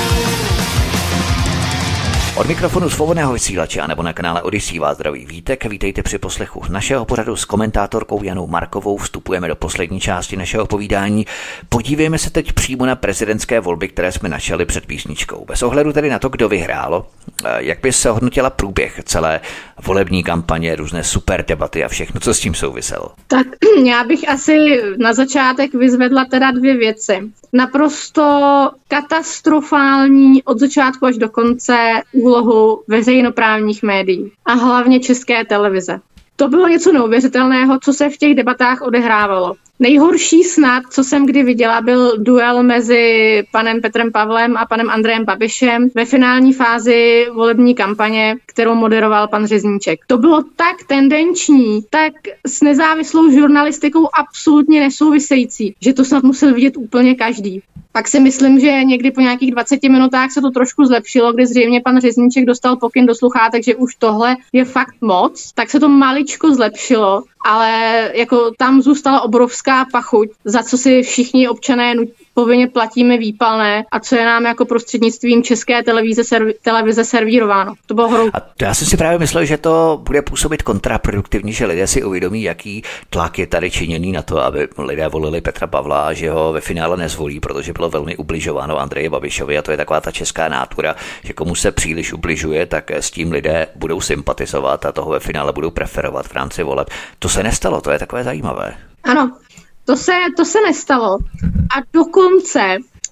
[SPEAKER 1] Od mikrofonu Svobodného vysílače nebo na kanále Odyssey vás zdraví Vítek. Vítejte při poslechu našeho pořadu s komentátorkou Janou Markovou. Vstupujeme do poslední části našeho povídání. Podívejme se teď přímo na prezidentské volby, které jsme našli před písničkou. Bez ohledu tedy na to, kdo vyhrálo, jak by se hodnotila průběh celé volební kampaně, různé super debaty a všechno, co s tím souviselo.
[SPEAKER 2] Tak já bych asi na začátek vyzvedla teda dvě věci. Naprosto katastrofální od začátku až do konce úlohu veřejnoprávních médií a hlavně České televize. To bylo něco neuvěřitelného, co se v těch debatách odehrávalo. Nejhorší snad, co jsem kdy viděla, byl duel mezi panem Petrem Pavlem a panem Andrejem Babišem ve finální fázi volební kampaně, kterou moderoval pan Řezníček. To bylo tak tendenční, tak s nezávislou žurnalistikou absolutně nesouvisející, že to snad musel vidět úplně každý. Pak si myslím, že někdy po nějakých dvaceti minutách se to trošku zlepšilo, kdy zřejmě pan Řezníček dostal pokyn do sluchátek, že už tohle je fakt moc, tak se to maličko zlepšilo, ale jako tam zůstala obrovská pachuť, za co si všichni občané povinně platíme výpalné a co je nám jako prostřednictvím České televize, serv- televize servírováno. To bylo hrou.
[SPEAKER 1] A já jsem si právě myslel, že to bude působit kontraproduktivně, že lidé si uvědomí, jaký tlak je tady činěný na to, aby lidé volili Petra Pavla a že ho ve finále nezvolí, protože bylo velmi ubližováno Andreji Babišovi a to je taková ta česká nátura, že komu se příliš ubližuje, tak s tím lidé budou sympatizovat a toho ve finále budou preferovat v rámci voleb. To se nestalo, to je takové zajímavé.
[SPEAKER 2] Ano, to se, to se nestalo. A dokonce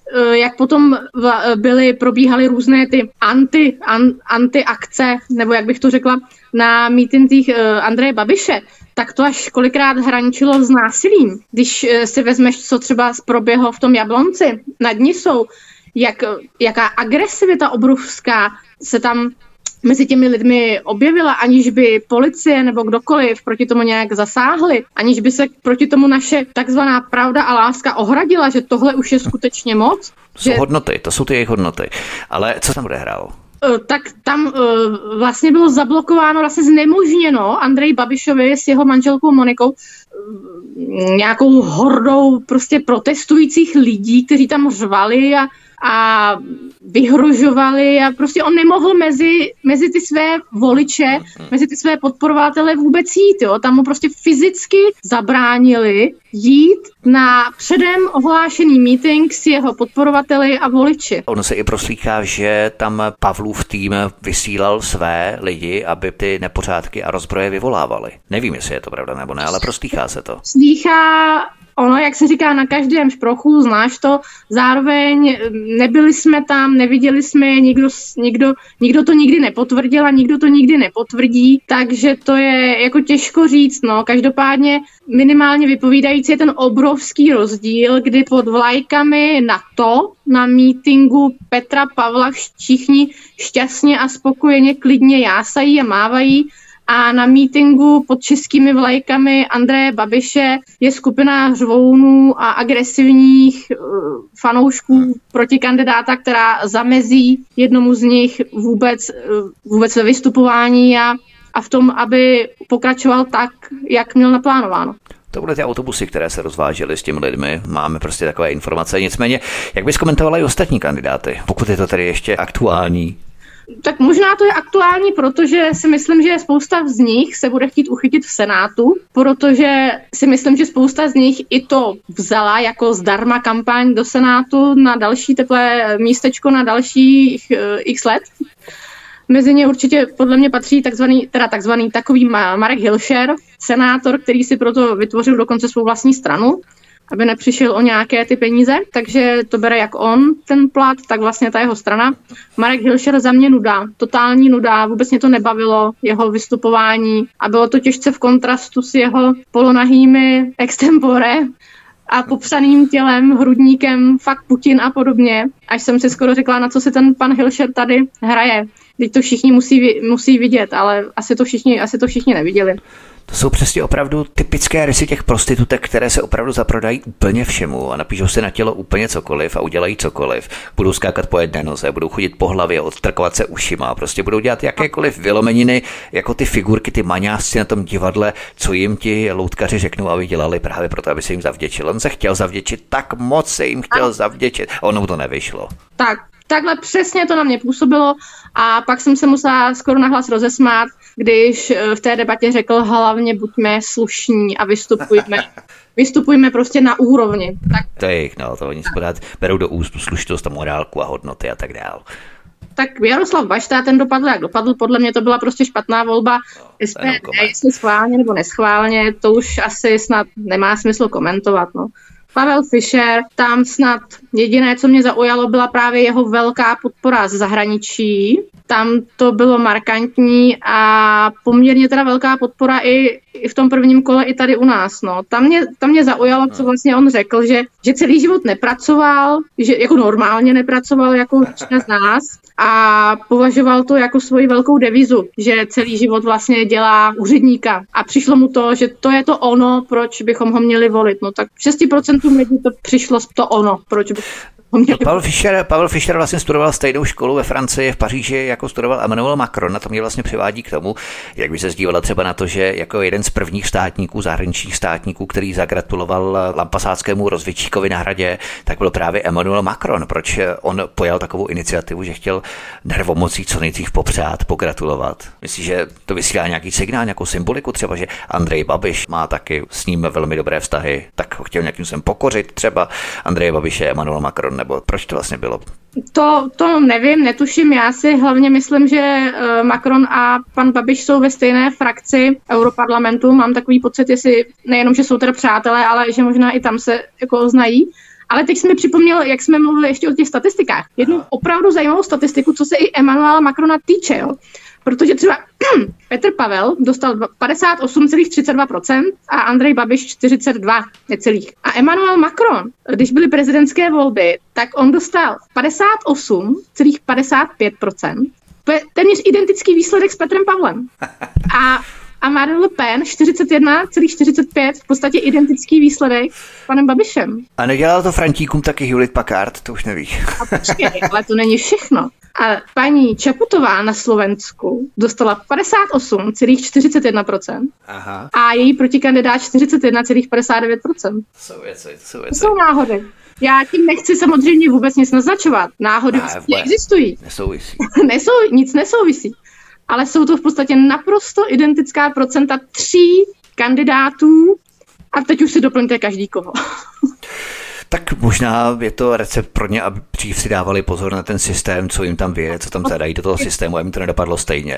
[SPEAKER 2] jak potom byly, probíhaly různé ty anti, an, anti-akce, nebo jak bych to řekla, na mítincích Andreje Babiše, tak to až kolikrát hraničilo s násilím. Když si vezmeš, co třeba proběhlo v tom Jablonci, nad Nisou, jak, jaká agresivita obrovská se tam mezi těmi lidmi objevila, aniž by policie nebo kdokoliv proti tomu nějak zasáhli, aniž by se proti tomu naše takzvaná pravda a láska ohradila, že tohle už je skutečně moc.
[SPEAKER 1] To jsou
[SPEAKER 2] že...
[SPEAKER 1] hodnoty, to jsou ty jejich hodnoty. Ale co tam odehrálo?
[SPEAKER 2] Tak tam uh, vlastně bylo zablokováno, vlastně znemožněno Andreji Babišovi s jeho manželkou Monikou uh, nějakou hordou prostě protestujících lidí, kteří tam řvali a a vyhrožovali a prostě on nemohl mezi, mezi ty své voliče, mezi ty své podporovatele vůbec jít. Jo? Tam mu prostě fyzicky zabránili jít na předem ohlášený meeting s jeho podporovateli a voliči.
[SPEAKER 1] Ono se i proslýchá, že tam Pavlův tým vysílal své lidi, aby ty nepořádky a rozbroje vyvolávali. Nevím, jestli je to pravda nebo ne, ale proslýchá se to.
[SPEAKER 2] Slýchá ono, jak se říká, na každém šprochu, znáš to, zároveň nebyli jsme tam, neviděli jsme je, nikdo, nikdo, nikdo to nikdy nepotvrdil a nikdo to nikdy nepotvrdí, takže to je jako těžko říct, no. Každopádně minimálně vypovídající je ten obrovský rozdíl, kdy pod vlajkami NATO na mítingu Petra Pavla všichni šťastně a spokojeně klidně jásají a mávají, a na mítingu pod českými vlajkami Andreje Babiše je skupina řvounů a agresivních uh, fanoušků proti kandidáta, která zamezí jednomu z nich vůbec, uh, vůbec ve vystupování a, a v tom, aby pokračoval tak, jak měl naplánováno.
[SPEAKER 1] To byly ty autobusy, které se rozvážely s těmi lidmi. Máme prostě takové informace. Nicméně, jak bys komentovala i ostatní kandidáty, pokud je to tady ještě aktuální?
[SPEAKER 2] Tak možná to je aktuální, protože si myslím, že spousta z nich se bude chtít uchytit v Senátu, protože si myslím, že spousta z nich i to vzala jako zdarma kampaň do Senátu na další teplé místečko na dalších uh, x let. Mezi ně určitě podle mě patří takzvaný, teda takzvaný takový Marek Hilšer, senátor, který si proto vytvořil dokonce svou vlastní stranu, aby nepřišel o nějaké ty peníze, takže to bere jak on, ten plat, tak vlastně ta jeho strana. Marek Hilšer za mě nuda, totální nuda, vůbec mě to nebavilo, jeho vystupování a bylo to těžce v kontrastu s jeho polonahými extempore a popsaným tělem, hrudníkem, fakt Putin a podobně, až jsem si skoro řekla, na co si ten pan Hilšer tady hraje. Teď to všichni musí, musí vidět, ale asi to všichni, asi to všichni neviděli.
[SPEAKER 1] To jsou přesně opravdu typické rysy těch prostitutek, které se opravdu zaprodají úplně všemu a napíšou si na tělo úplně cokoliv a udělají cokoliv. Budou skákat po jedné noze, budou chodit po hlavě, odtrkovat se ušima, prostě budou dělat jakékoliv vylomeniny, jako ty figurky, ty maňásci na tom divadle, co jim ti loutkaři řeknou, aby dělali právě proto, aby se jim zavděčil. On se chtěl zavděčit, tak moc se jim chtěl zavděčit a ono mu to nevyšlo.
[SPEAKER 2] Tak, takhle přesně to na mě působilo a pak jsem se musela skoro nahlas rozesmát, když v té debatě řekl, hlavně buďme slušní a vystupujme, vystupujme prostě na úrovni. Tak,
[SPEAKER 1] to je jich, no, to oni spodát berou do úst tu slušnost a morálku a hodnoty a tak dál.
[SPEAKER 2] Tak Jaroslav Bašta, ten dopadl, jak dopadl, podle mě to byla prostě špatná volba. No, S P D, jestli schválně nebo neschválně, to už asi snad nemá smysl komentovat, no. Pavel Fischer, tam snad jediné, co mě zaujalo, byla právě jeho velká podpora z zahraničí. Tam to bylo markantní a poměrně teda velká podpora i, i v tom prvním kole, i tady u nás. No. Tam, mě, tam mě zaujalo, co vlastně on řekl, že, že celý život nepracoval, že jako normálně nepracoval jako většina z nás a považoval to jako svoji velkou devizu, že celý život vlastně dělá úředníka a přišlo mu to, že to je to ono, proč bychom ho měli volit. No tak šest procent lidí to přišlo to ono, proč by
[SPEAKER 1] No, Pavel Fischer, Pavel Fischer vlastně studoval stejnou školu ve Francii, v Paříži, jako studoval Emmanuel Macron. A to mě vlastně přivádí k tomu, jak by se zdívala třeba na to, že jako jeden z prvních státníků, zahraničních státníků, který zagratuloval Lampasáckému rozvědčíkovi na Hradě, tak byl právě Emmanuel Macron. Proč on pojal takovou iniciativu, že chtěl nervomocí co nejdřív popřát, pogratulovat? Myslíš, že to vysílá nějaký signál, nějakou symboliku, třeba, že Andrej Babiš má taky s ním velmi dobré vztahy, tak ho chtěl nějakým způsobem pokořit třeba Andrej Babiše, Emmanuel Macron, nebo proč to vlastně bylo?
[SPEAKER 2] To, to nevím, netuším. Já si hlavně myslím, že Macron a pan Babiš jsou ve stejné frakci Europarlamentu. Mám takový pocit, jestli nejenom, že jsou teda přátelé, ale že možná i tam se jako znají. Ale teď jsi mi připomněl, jak jsme mluvili ještě o těch statistikách. Jednu opravdu zajímavou statistiku, co se i Emmanuela Macrona týče, jo. Protože třeba Petr Pavel dostal padesát osm celá třicet dva procent a Andrej Babiš čtyřicet dva necelých. A Emmanuel Macron, když byly prezidentské volby, tak on dostal padesát osm celá padesát pět procent. To je téměř identický výsledek s Petrem Pavlem. A A Marine Le Pen čtyřicet jedna celá čtyřicet pět, v podstatě identický výsledek s panem Babišem.
[SPEAKER 1] A nedělal to Frantíkům taky Hewlett Packard, to už nevíš.
[SPEAKER 2] A počkej, ale to není všechno. A paní Čaputová na Slovensku dostala padesát osm celá čtyřicet jedna procent. Aha. A její protikandidát čtyřicet jedna celá padesát devět procent.
[SPEAKER 1] To jsou věci, to jsou
[SPEAKER 2] věci. To jsou náhody. Já tím nechci samozřejmě vůbec nic naznačovat. Náhody ne, existují.
[SPEAKER 1] Nesouvisí.
[SPEAKER 2] Nesou, nic nesouvisí. Ale jsou to v podstatě naprosto identická procenta tří kandidátů a teď už si doplňte každý koho.
[SPEAKER 1] Tak možná je to recept pro ně, aby dřív si dávali pozor na ten systém, co jim tam vyjede, co tam zadají do toho systému, aby jim to nedopadlo stejně.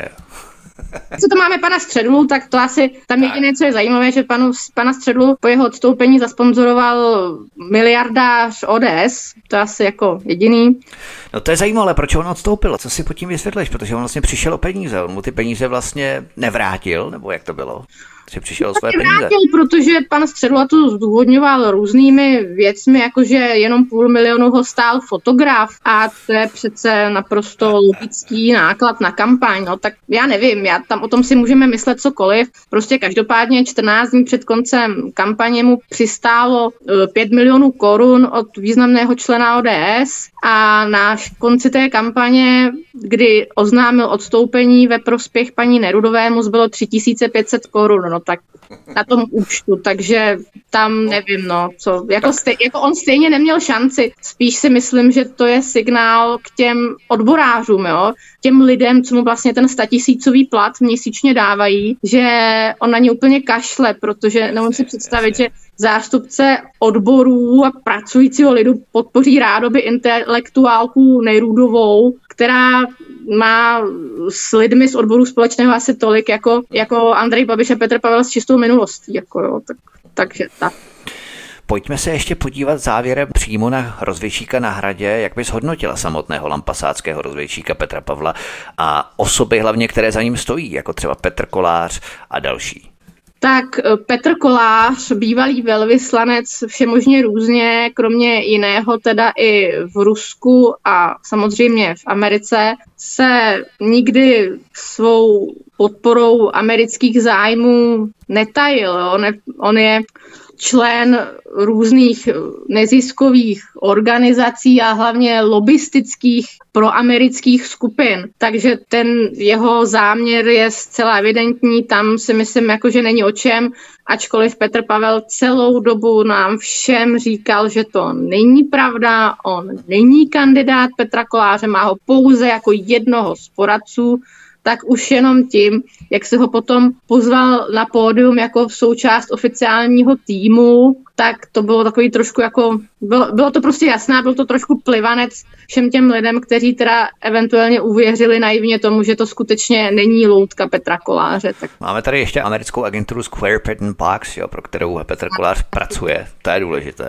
[SPEAKER 2] Co to máme pana Středulu, tak to asi tam jediné, co je zajímavé, že panu, pana Středulu po jeho odstoupení zasponzoroval miliardář O D S, to asi jako jediný.
[SPEAKER 1] No to je zajímavé, proč on odstoupil, co si pod tím vysvětlíš, protože on vlastně přišel o peníze, on mu ty peníze vlastně nevrátil, nebo jak to bylo? Že přišel o své peníze.
[SPEAKER 2] Vrátil, protože pan Středula to zdůvodňoval různými věcmi, jakože jenom půl milionu ho stál fotograf a to je přece naprosto logický náklad na kampaň. No tak já nevím, já tam o tom si můžeme myslet cokoliv. Prostě každopádně čtrnáct dní před koncem kampaně mu přistálo pět milionů korun od významného člena O D S a na konci té kampaně, kdy oznámil odstoupení ve prospěch paní Nerudové, mu zbylo tři tisíce pět set korun. No tak na tom účtu, takže tam nevím, no, co, jako, stej, jako on stejně neměl šanci, spíš si myslím, že to je signál k těm odborářům, jo, těm lidem, co mu vlastně ten statisícový plat měsíčně dávají, že on na ně úplně kašle, protože nemůžu si představit, že zástupce odborů a pracujícího lidu podpoří rádoby intelektuálku Nerudovou, která má s lidmi z odborů společného asi tolik, jako, jako Andrej Babiš a Petr Pavel s čistou minulostí. Jako jo, tak, takže tak.
[SPEAKER 1] Pojďme se ještě podívat závěrem přímo na rozvědčíka na Hradě. Jak bys hodnotila samotného lampasáckého rozvědčíka Petra Pavla a osoby hlavně, které za ním stojí, jako třeba Petr Kolář a další?
[SPEAKER 2] Tak Petr Kolář, bývalý velvyslanec všemožně různě, kromě jiného teda i v Rusku a samozřejmě v Americe, se nikdy svou podporou amerických zájmů netajil. On je, on je člen různých neziskových organizací a hlavně lobistických proamerických skupin. Takže ten jeho záměr je zcela evidentní, tam si myslím, jako, že není o čem, ačkoliv Petr Pavel celou dobu nám všem říkal, že to není pravda, on není kandidát Petra Koláře, má ho pouze jako jednoho z poradců, tak už jenom tím, jak se ho potom pozval na pódium jako v součást oficiálního týmu, tak to bylo takový trošku jako, bylo, bylo to prostě jasné, byl to trošku plivanec všem těm lidem, kteří teda eventuálně uvěřili naivně tomu, že to skutečně není loutka Petra Koláře. Tak.
[SPEAKER 1] Máme tady ještě americkou agenturu Square Patent Box, jo, pro kterou Petr Kolář pracuje, to je důležité.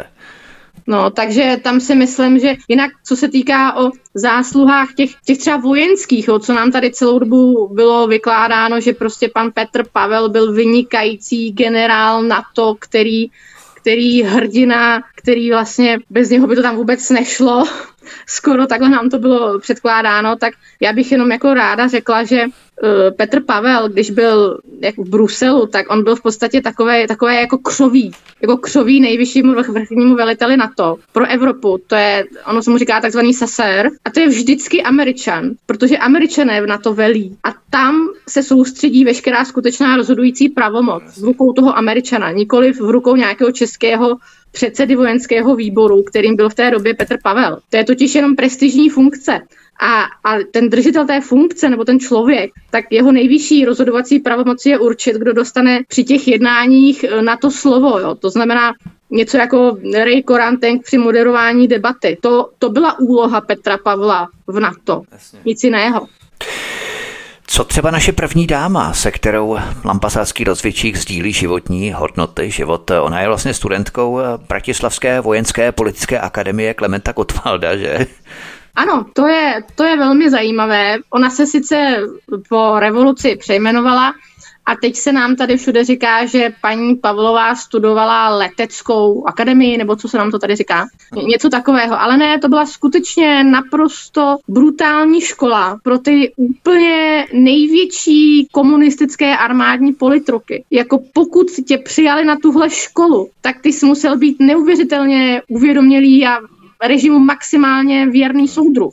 [SPEAKER 2] No, takže tam si myslím, že jinak, co se týká o zásluhách těch, těch třeba vojenských, jo, co nám tady celou dobu bylo vykládáno, že prostě pan Petr Pavel byl vynikající generál NATO, který, který hrdina, který vlastně bez něho by to tam vůbec nešlo, skoro takhle nám to bylo předkládáno, tak já bych jenom jako ráda řekla, že Petr Pavel, když byl jako v Bruselu, tak on byl v podstatě takové, takové jako křoví, jako křoví nejvyššímu vrchnímu veliteli NATO pro Evropu. To je, ono se mu říká takzvaný sasér a to je vždycky Američan, protože Američané v NATO velí a tam se soustředí veškerá skutečná rozhodující pravomoc v rukou toho Američana, nikoliv v rukou nějakého českého předsedy vojenského výboru, kterým byl v té době Petr Pavel. To je totiž jenom prestižní funkce. A, a ten držitel té funkce, nebo ten člověk, tak jeho nejvyšší rozhodovací pravomoci je určit, kdo dostane při těch jednáních na to slovo. Jo. To znamená něco jako Ray Koranteng při moderování debaty. To, to byla úloha Petra Pavla v NATO. Jasně. Nic jiného.
[SPEAKER 1] Co třeba naše první dáma, se kterou lampasácký rozvědčík sdílí životní hodnoty, život? Ona je vlastně studentkou Bratislavské vojenské politické akademie Klementa Gottwalda, že?
[SPEAKER 2] Ano, to je, to je velmi zajímavé. Ona se sice po revoluci přejmenovala a teď se nám tady všude říká, že paní Pavlová studovala leteckou akademii, nebo co se nám to tady říká? Něco takového. Ale ne, to byla skutečně naprosto brutální škola pro ty úplně největší komunistické armádní politruky. Jako pokud tě přijali na tuhle školu, tak ty jsi musel být neuvěřitelně uvědomělý a režimu maximálně věrný soudruh.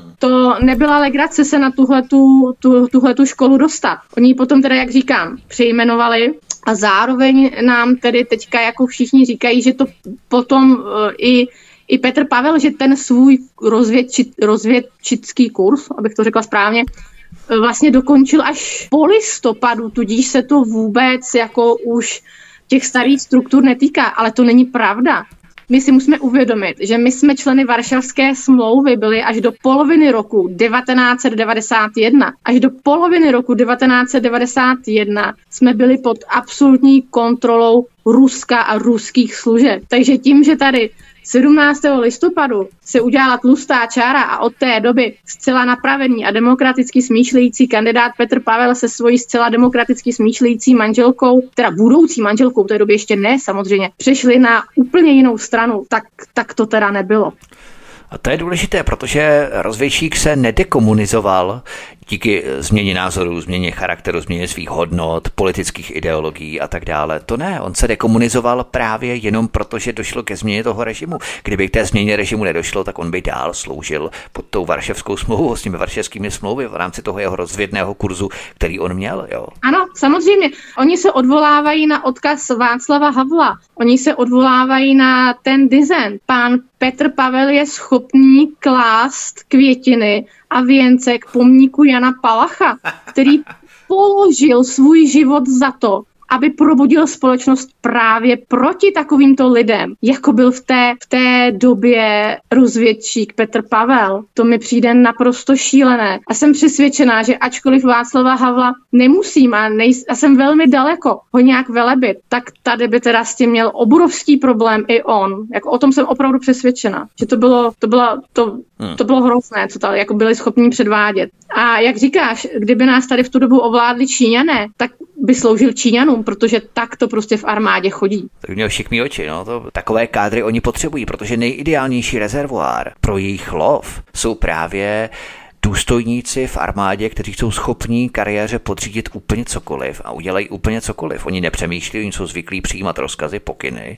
[SPEAKER 2] To nebyla legrace se na tuhletu, tu, tuhletu školu dostat. Oni potom teda, jak říkám, přejmenovali a zároveň nám tedy teďka jako všichni říkají, že to potom uh, i, i Petr Pavel, že ten svůj rozvědči, rozvědčický kurz, abych to řekla správně, vlastně dokončil až po listopadu, tudíž se to vůbec jako už těch starých struktur netýká, ale to není pravda. My si musíme uvědomit, že my jsme členy Varšavské smlouvy byli až do poloviny roku devatenáct set devadesát jedna. Až do poloviny roku devatenáct set devadesát jedna jsme byli pod absolutní kontrolou Ruska a ruských služeb. Takže tím, že tady sedmnáctého listopadu se udělala tlustá čára a od té doby zcela napravený a demokraticky smýšlející kandidát Petr Pavel se svojí zcela demokraticky smýšlející manželkou, teda budoucí manželkou, v té době ještě ne samozřejmě, přešli na úplně jinou stranu, tak, tak to teda nebylo.
[SPEAKER 1] A to je důležité, protože rozvědčík se nedekomunizoval díky změně názorů, změně charakteru, změně svých hodnot, politických ideologií a tak dále. To ne, on se dekomunizoval právě jenom proto, že došlo ke změně toho režimu. Kdyby k té změně režimu nedošlo, tak on by dál sloužil pod tou Varšavskou smlouvou, s těmi varšavskými smlouvy v rámci toho jeho rozvědného kurzu, který on měl. Jo.
[SPEAKER 2] Ano, samozřejmě. Oni se odvolávají na odkaz Václava Havla. Oni se odvolávají na ten design. Pán Petr Pavel je schopný klást květiny a věnce k pomníku Jana Palacha, který položil svůj život za to, aby probudil společnost právě proti takovýmto lidem, jako byl v té, v té době rozvědčík Petr Pavel. To mi přijde naprosto šílené. A jsem přesvědčená, že ačkoliv Václava Havla nemusím a, nej, a jsem velmi daleko ho nějak velebit, tak tady by teda s tím měl obrovský problém i on. Jako o tom jsem opravdu přesvědčená, že to bylo, to bylo, to, to bylo hrozné, co tady jako byli schopni předvádět. A jak říkáš, kdyby nás tady v tu dobu ovládli Číňané, tak by sloužil Číňanům, protože tak to prostě v armádě chodí.
[SPEAKER 1] Tak měl šikmý oči, no, to, takové kádry oni potřebují, protože nejideálnější rezervoár pro jejich lov jsou právě důstojníci v armádě, kteří jsou schopní kariéře podřídit úplně cokoliv a udělají úplně cokoliv. Oni nepřemýšlí, oni jsou zvyklí přijímat rozkazy, pokyny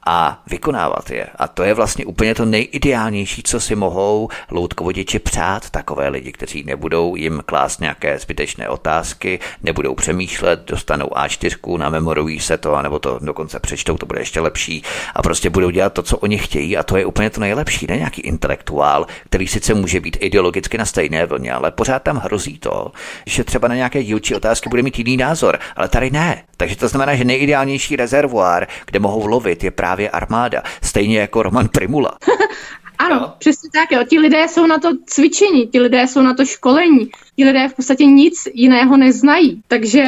[SPEAKER 1] a vykonávat je. A to je vlastně úplně to nejideálnější, co si mohou loutkovodiči přát, takové lidi, kteří nebudou jim klást nějaké zbytečné otázky, nebudou přemýšlet, dostanou á čtyři, namemorují se to, anebo to dokonce přečtou, to bude ještě lepší a prostě budou dělat to, co oni chtějí a to je úplně to nejlepší, ne nějaký intelektuál, který sice může být ideologicky na stejné vlně, ale pořád tam hrozí to, že třeba na nějaké dílčí otázky bude mít jiný názor, ale tady ne. Takže to znamená, že nejideálnější rezervoár, kde mohou lovit, je právě armáda, stejně jako Roman Primula.
[SPEAKER 2] Ano, no. Přesně tak, jo. Ti lidé jsou na to cvičení, ti lidé jsou na to školení, ti lidé v podstatě nic jiného neznají. Takže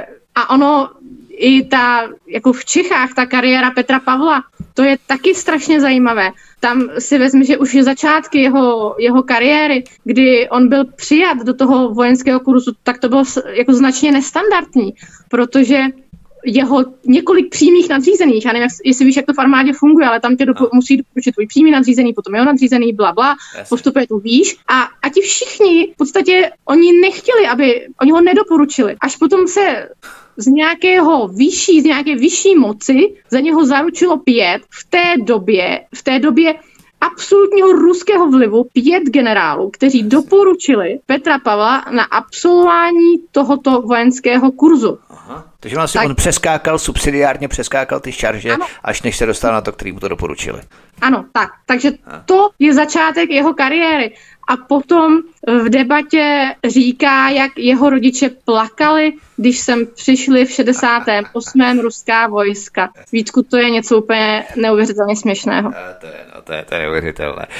[SPEAKER 2] a ono i ta, jako v Čechách, ta kariéra Petra Pavla, to je taky strašně zajímavé. Tam si vezmi, že už je začátky jeho, jeho kariéry, kdy on byl přijat do toho vojenského kurzu, tak to bylo jako značně nestandardní, protože jeho několik přímých nadřízených, já nevím, jestli víš, jak to v armádě funguje, ale tam tě dopo- musí doporučit tvůj přímý nadřízený, potom jeho nadřízený, bla, bla, postupuje to výš. A, a ti všichni, v podstatě, oni nechtěli, aby, oni ho nedoporučili. Až potom se z nějakého vyšší, z nějaké vyšší moci za něho zaručilo pět v té době, v té době absolutního ruského vlivu pět generálů, kteří doporučili Petra Pavla na absolvování tohoto vojenského kurzu.
[SPEAKER 1] Aha. Takže vlastně tak on přeskákal, subsidiárně přeskákal ty šarže, ano, až než se dostal na to, který mu to doporučili.
[SPEAKER 2] Ano, tak. Takže to je začátek jeho kariéry. A potom v debatě říká, jak jeho rodiče plakali, když sem přišli v šedesátém osmém ruská vojska. Vítku, to je něco úplně neuvěřitelně směšného.
[SPEAKER 1] To je, no, to je, to je neuvěřitelné.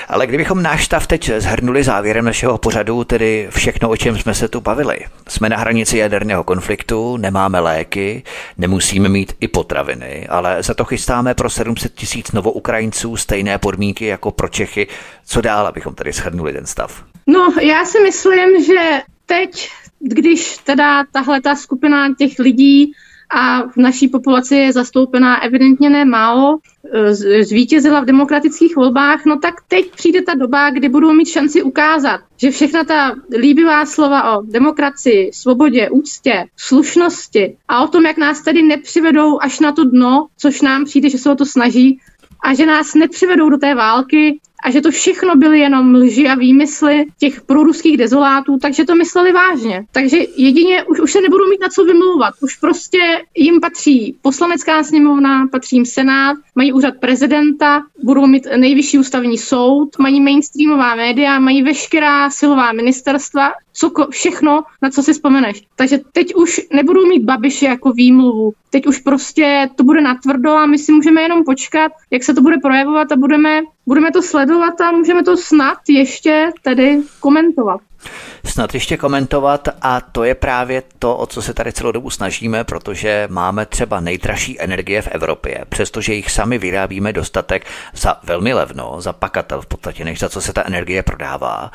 [SPEAKER 1] Ale kdybychom náš stav teď shrnuli závěrem našeho pořadu, tedy všechno, o čem jsme se tu bavili. Jsme na hranici jaderného konfliktu, nemáme léky, nemusíme mít i potraviny, ale za to chystáme pro sedm set tisíc novoukrajinců stejné podmínky jako pro Čechy. Co dál, abychom tady shrnuli ten stav?
[SPEAKER 2] No, já si myslím, že teď, když teda tahle ta skupina těch lidí a v naší populaci je zastoupená evidentně ne málo, zvítězila v demokratických volbách, no tak teď přijde ta doba, kdy budou mít šanci ukázat, že všechna ta líbivá slova o demokracii, svobodě, úctě, slušnosti a o tom, jak nás tedy nepřivedou až na to dno, což nám přijde, že se o to snaží, a že nás nepřivedou do té války a že to všechno byly jenom lži a výmysly těch proruských dezolátů, takže to mysleli vážně. Takže jedině už, už se nebudou mít na co vymlouvat. Už prostě jim patří poslanecká sněmovna, patří jim senát, mají úřad prezidenta, budou mít nejvyšší ústavní soud, mají mainstreamová média, mají veškerá silová ministerstva, co, všechno, na co si vzpomeneš. Takže teď už nebudou mít Babiše jako výmluvu. Teď už prostě to bude natvrdo a my si můžeme jenom počkat, jak se to bude projevovat a budeme, budeme to sledovat a můžeme to snad ještě tedy komentovat.
[SPEAKER 1] Snad ještě komentovat a to je právě to, o co se tady celou dobu snažíme, protože máme třeba nejdražší energie v Evropě, přestože jich sami vyrábíme dostatek za velmi levno, za pakatel v podstatě, než za co se ta energie prodává.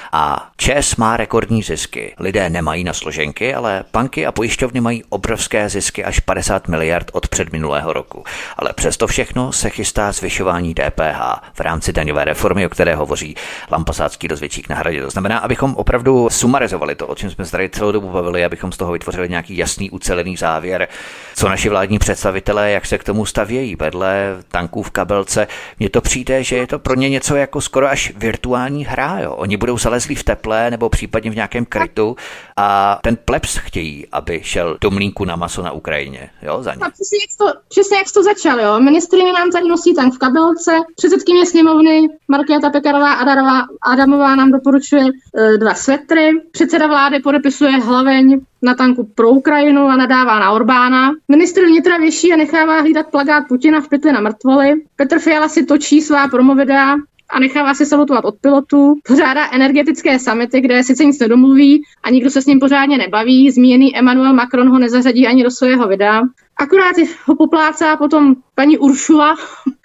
[SPEAKER 1] A ČEZ má rekordní zisky. Lidé nemají na složenky, ale banky a pojišťovny mají obrovské zisky až padesát miliard od předminulého roku. Ale přesto všechno se chystá zvyšování D P H v rámci daňové reformy, o které hovoří Lampasácký dozvědčík na Hradě. To znamená, abychom opravdu sumarizovali to, o čem jsme se tady celou dobu bavili, abychom z toho vytvořili nějaký jasný, ucelený závěr, co naši vládní představitelé, jak se k tomu stavějí vedle tanků v kabelce. Mně to přijde, že je to pro ně něco jako skoro až virtuální hra. Jo. Oni budou zalezlí v teple nebo případně v nějakém krytu a ten plebs chtějí, aby šel do mlýnku na maso na Ukrajině. Jo, za ně.
[SPEAKER 2] A přesně jak to, přesně jak to začal, jo. Ministryně nám tady nosí tank v kabelce, předsedkyně sněmovny Markéta Pekarová Adamová, Adamová nám doporučuje e, dva svetry, předseda vlády podepisuje hlaveň na tanku pro Ukrajinu a nadává na Orbána. Ministr vnitra věší a nechává hlídat plakát Putina v pytli na mrtvoly. Petr Fiala si točí svá promovidea a nechává si salutovat od pilotů. Pořádá energetické summity, kde sice nic nedomluví a nikdo se s ním pořádně nebaví. Zmíněný Emmanuel Macron ho nezařadí ani do svého videa. Akorát ho poplácá potom paní Uršula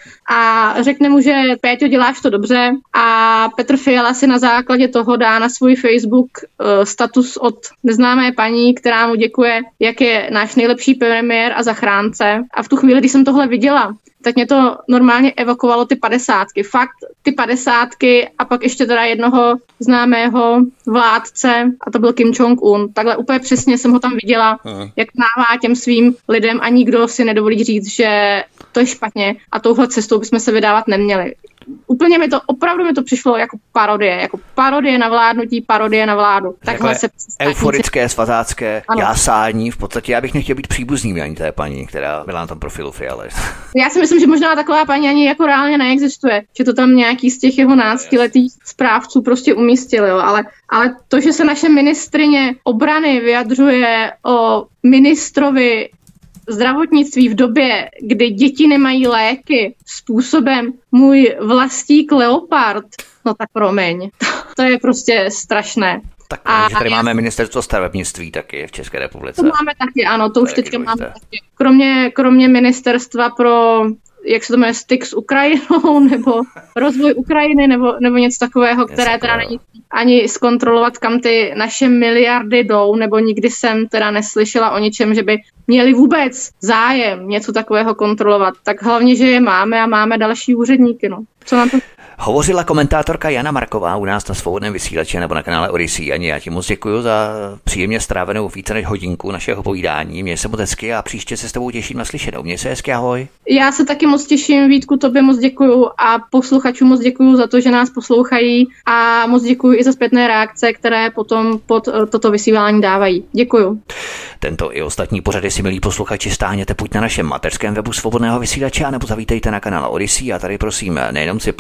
[SPEAKER 2] a řekne mu, že Péťo, děláš to dobře, a Petr Fiala si na základě toho dá na svůj Facebook uh, status od neznámé paní, která mu děkuje, jak je náš nejlepší premiér a zachránce. A v tu chvíli, když jsem tohle viděla, tak mě to normálně evokovalo ty padesátky. Fakt ty padesátky a pak ještě teda jednoho známého vládce a to byl Kim Jong-un. Takhle úplně přesně jsem ho tam viděla, hmm. jak mává těm svým lidem a nikdo si nedovolí říct, že to je špatně a touhle cestou bychom se vydávat neměli. Úplně mi to, opravdu mi to přišlo jako parodie, jako parodie na vládnutí, parodie na vládu. Takhle se
[SPEAKER 1] euforické, svazácké ano. jásání, v podstatě já bych nechtěl být příbuzným ani té paní, která byla na tom profilu Fialy.
[SPEAKER 2] Já si myslím, že možná taková paní ani jako reálně neexistuje, že to tam nějaký z těch jeho náctiletých správců prostě umístil, jo, ale, ale to, že se naše ministryně obrany vyjadřuje o ministrovi zdravotnictví v době, kdy děti nemají léky způsobem můj vlastík Leopard, no tak promiň, to je prostě strašné.
[SPEAKER 1] Tak a že tady já... máme ministerstvo stavebnictví taky v České republice.
[SPEAKER 2] To máme taky, ano, to, to už teďka máme taky. Kromě, kromě ministerstva pro, jak se to jmenuje, styk s Ukrajinou, nebo rozvoj Ukrajiny, nebo, nebo něco takového, které teda není ani zkontrolovat, kam ty naše miliardy jdou, nebo nikdy jsem teda neslyšela o ničem, že by měli vůbec zájem něco takového kontrolovat. Tak hlavně, že je máme a máme další úředníky, no. Co nám to...
[SPEAKER 1] Hovořila komentátorka Jana Marková u nás na Svobodném vysílači nebo na kanále Odyssey. Ani já ti moc děkuji za příjemně strávenou více než hodinku našeho povídání. Měj se moc hezky a příště se s tebou těším na slyšenou. Měj se hezky, ahoj.
[SPEAKER 2] Já se taky moc těším, Vítku, tobě moc děkuju a posluchačům moc děkuju za to, že nás poslouchají a moc děkuju i za zpětné reakce, které potom pod toto vysílání dávají. Děkuju.
[SPEAKER 1] Tento i ostatní pořady si, milí posluchači, stáhněte buď na našem mateřském webu Svobodného vysílače, anebo zavítejte na kanál Odyssey a tady prosím, nejenom si poslechněte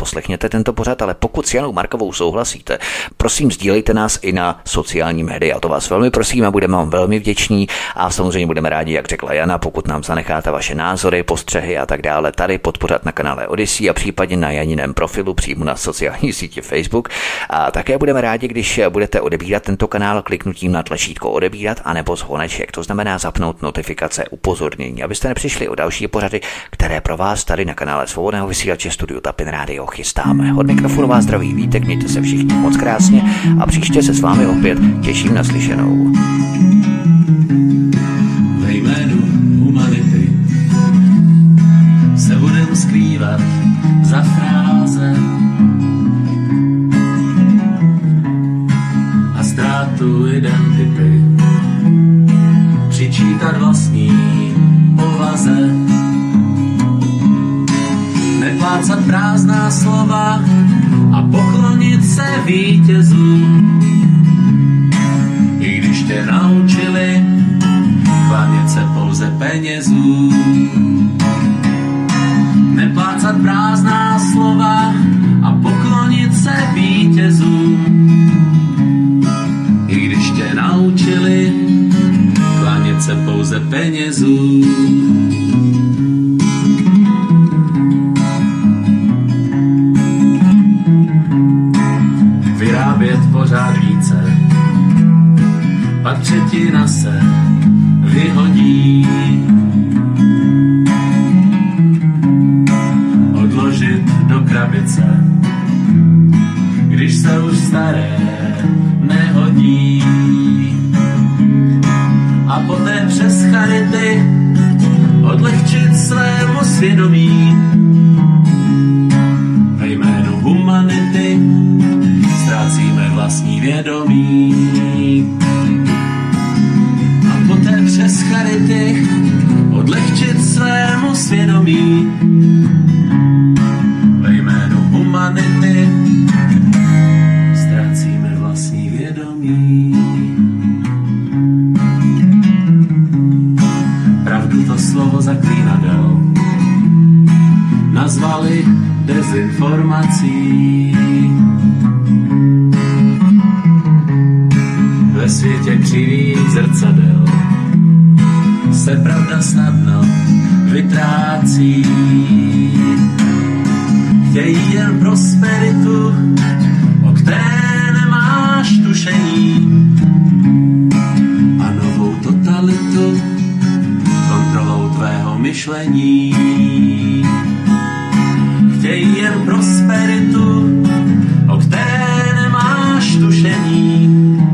[SPEAKER 1] tento pořad, ale pokud s Janou Markovou souhlasíte, prosím sdílejte nás i na sociální média. To vás velmi prosím a budeme vám velmi vděční a samozřejmě budeme rádi, jak řekla Jana, pokud nám zanecháte vaše názory, postřehy a tak dále tady pod pořad na kanále Odyssey a případně na Janiném profilu přímo na sociální síti Facebook. A také budeme rádi, když budete odebírat tento kanál kliknutím na tlačítko odebírat anebo zvoneček, to znamená zapnout notifikace, upozornění, abyste nepřišli o další pořady, které pro vás tady na kanále Svobodného vysílače Studiu Tapin Radio chystáme. Od mikrofonu vás zdraví Vítek, mějte se všichni moc krásně a příště se s vámi opět těším na slyšenou.
[SPEAKER 6] Ve jménu humanity se budem skrývat za fráze a ztrátu identity přičítat vlastní povaze, neplácat prázdná slova a poklonit se vítězům, i když tě naučili klánět se pouze penězům. Neplácat prázdná slova a poklonit se vítězům, i když tě naučili klánět se pouze penězům. Vyrábět pořád více, pak třetina se vyhodí. Odložit do krabice, když se už staré nehodí. A poté přes charity odlehčit svému svědomí. Ve jménu humanity ztrácíme vlastní vědomí. A poté přes charity odlehčit svému svědomí. Ve jménu humanity ztrácíme vlastní vědomí. Pravdu to slovo zaklínadel nazvali dezinformací. Ve světě křivých zrcadel se pravda snadno vytrácí. Chtějí jen prosperitu, o které nemáš tušení, a novou totalitu kontrolou tvého myšlení. Chtějí jen prosperitu, o které nemáš tušení,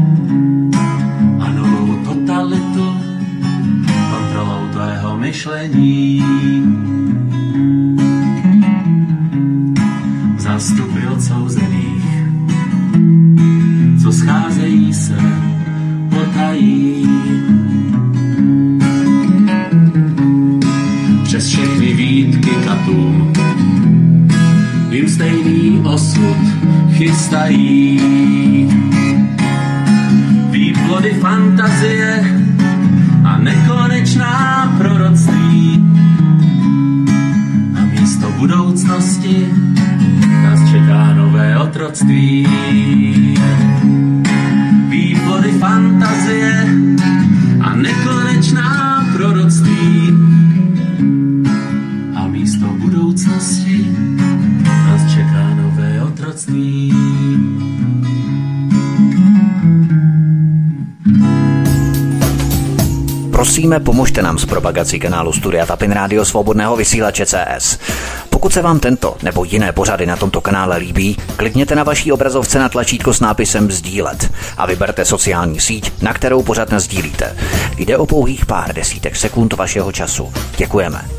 [SPEAKER 6] a novou totalitu kontrolou tvého myšlení. Zástupy odsouzených, co scházejí se, potají. Přes všechny výtky katům jim stejný osud chystají. Výplody fantazie a nekonečná proroctví, a místo budoucnosti nás čeká nové otroctví. Výplody fantazie a nekonečná proroctví, a místo budoucnosti nás čeká nové otroctví.
[SPEAKER 1] Prosíme, pomožte nám s propagací kanálu Studia Tapin Radio Svobodného vysílače C S. Pokud se vám tento nebo jiné pořady na tomto kanále líbí, klikněte na vaší obrazovce na tlačítko s nápisem sdílet a vyberte sociální síť, na kterou pořad nasdílíte. Jde o pouhých pár desítek sekund vašeho času. Děkujeme.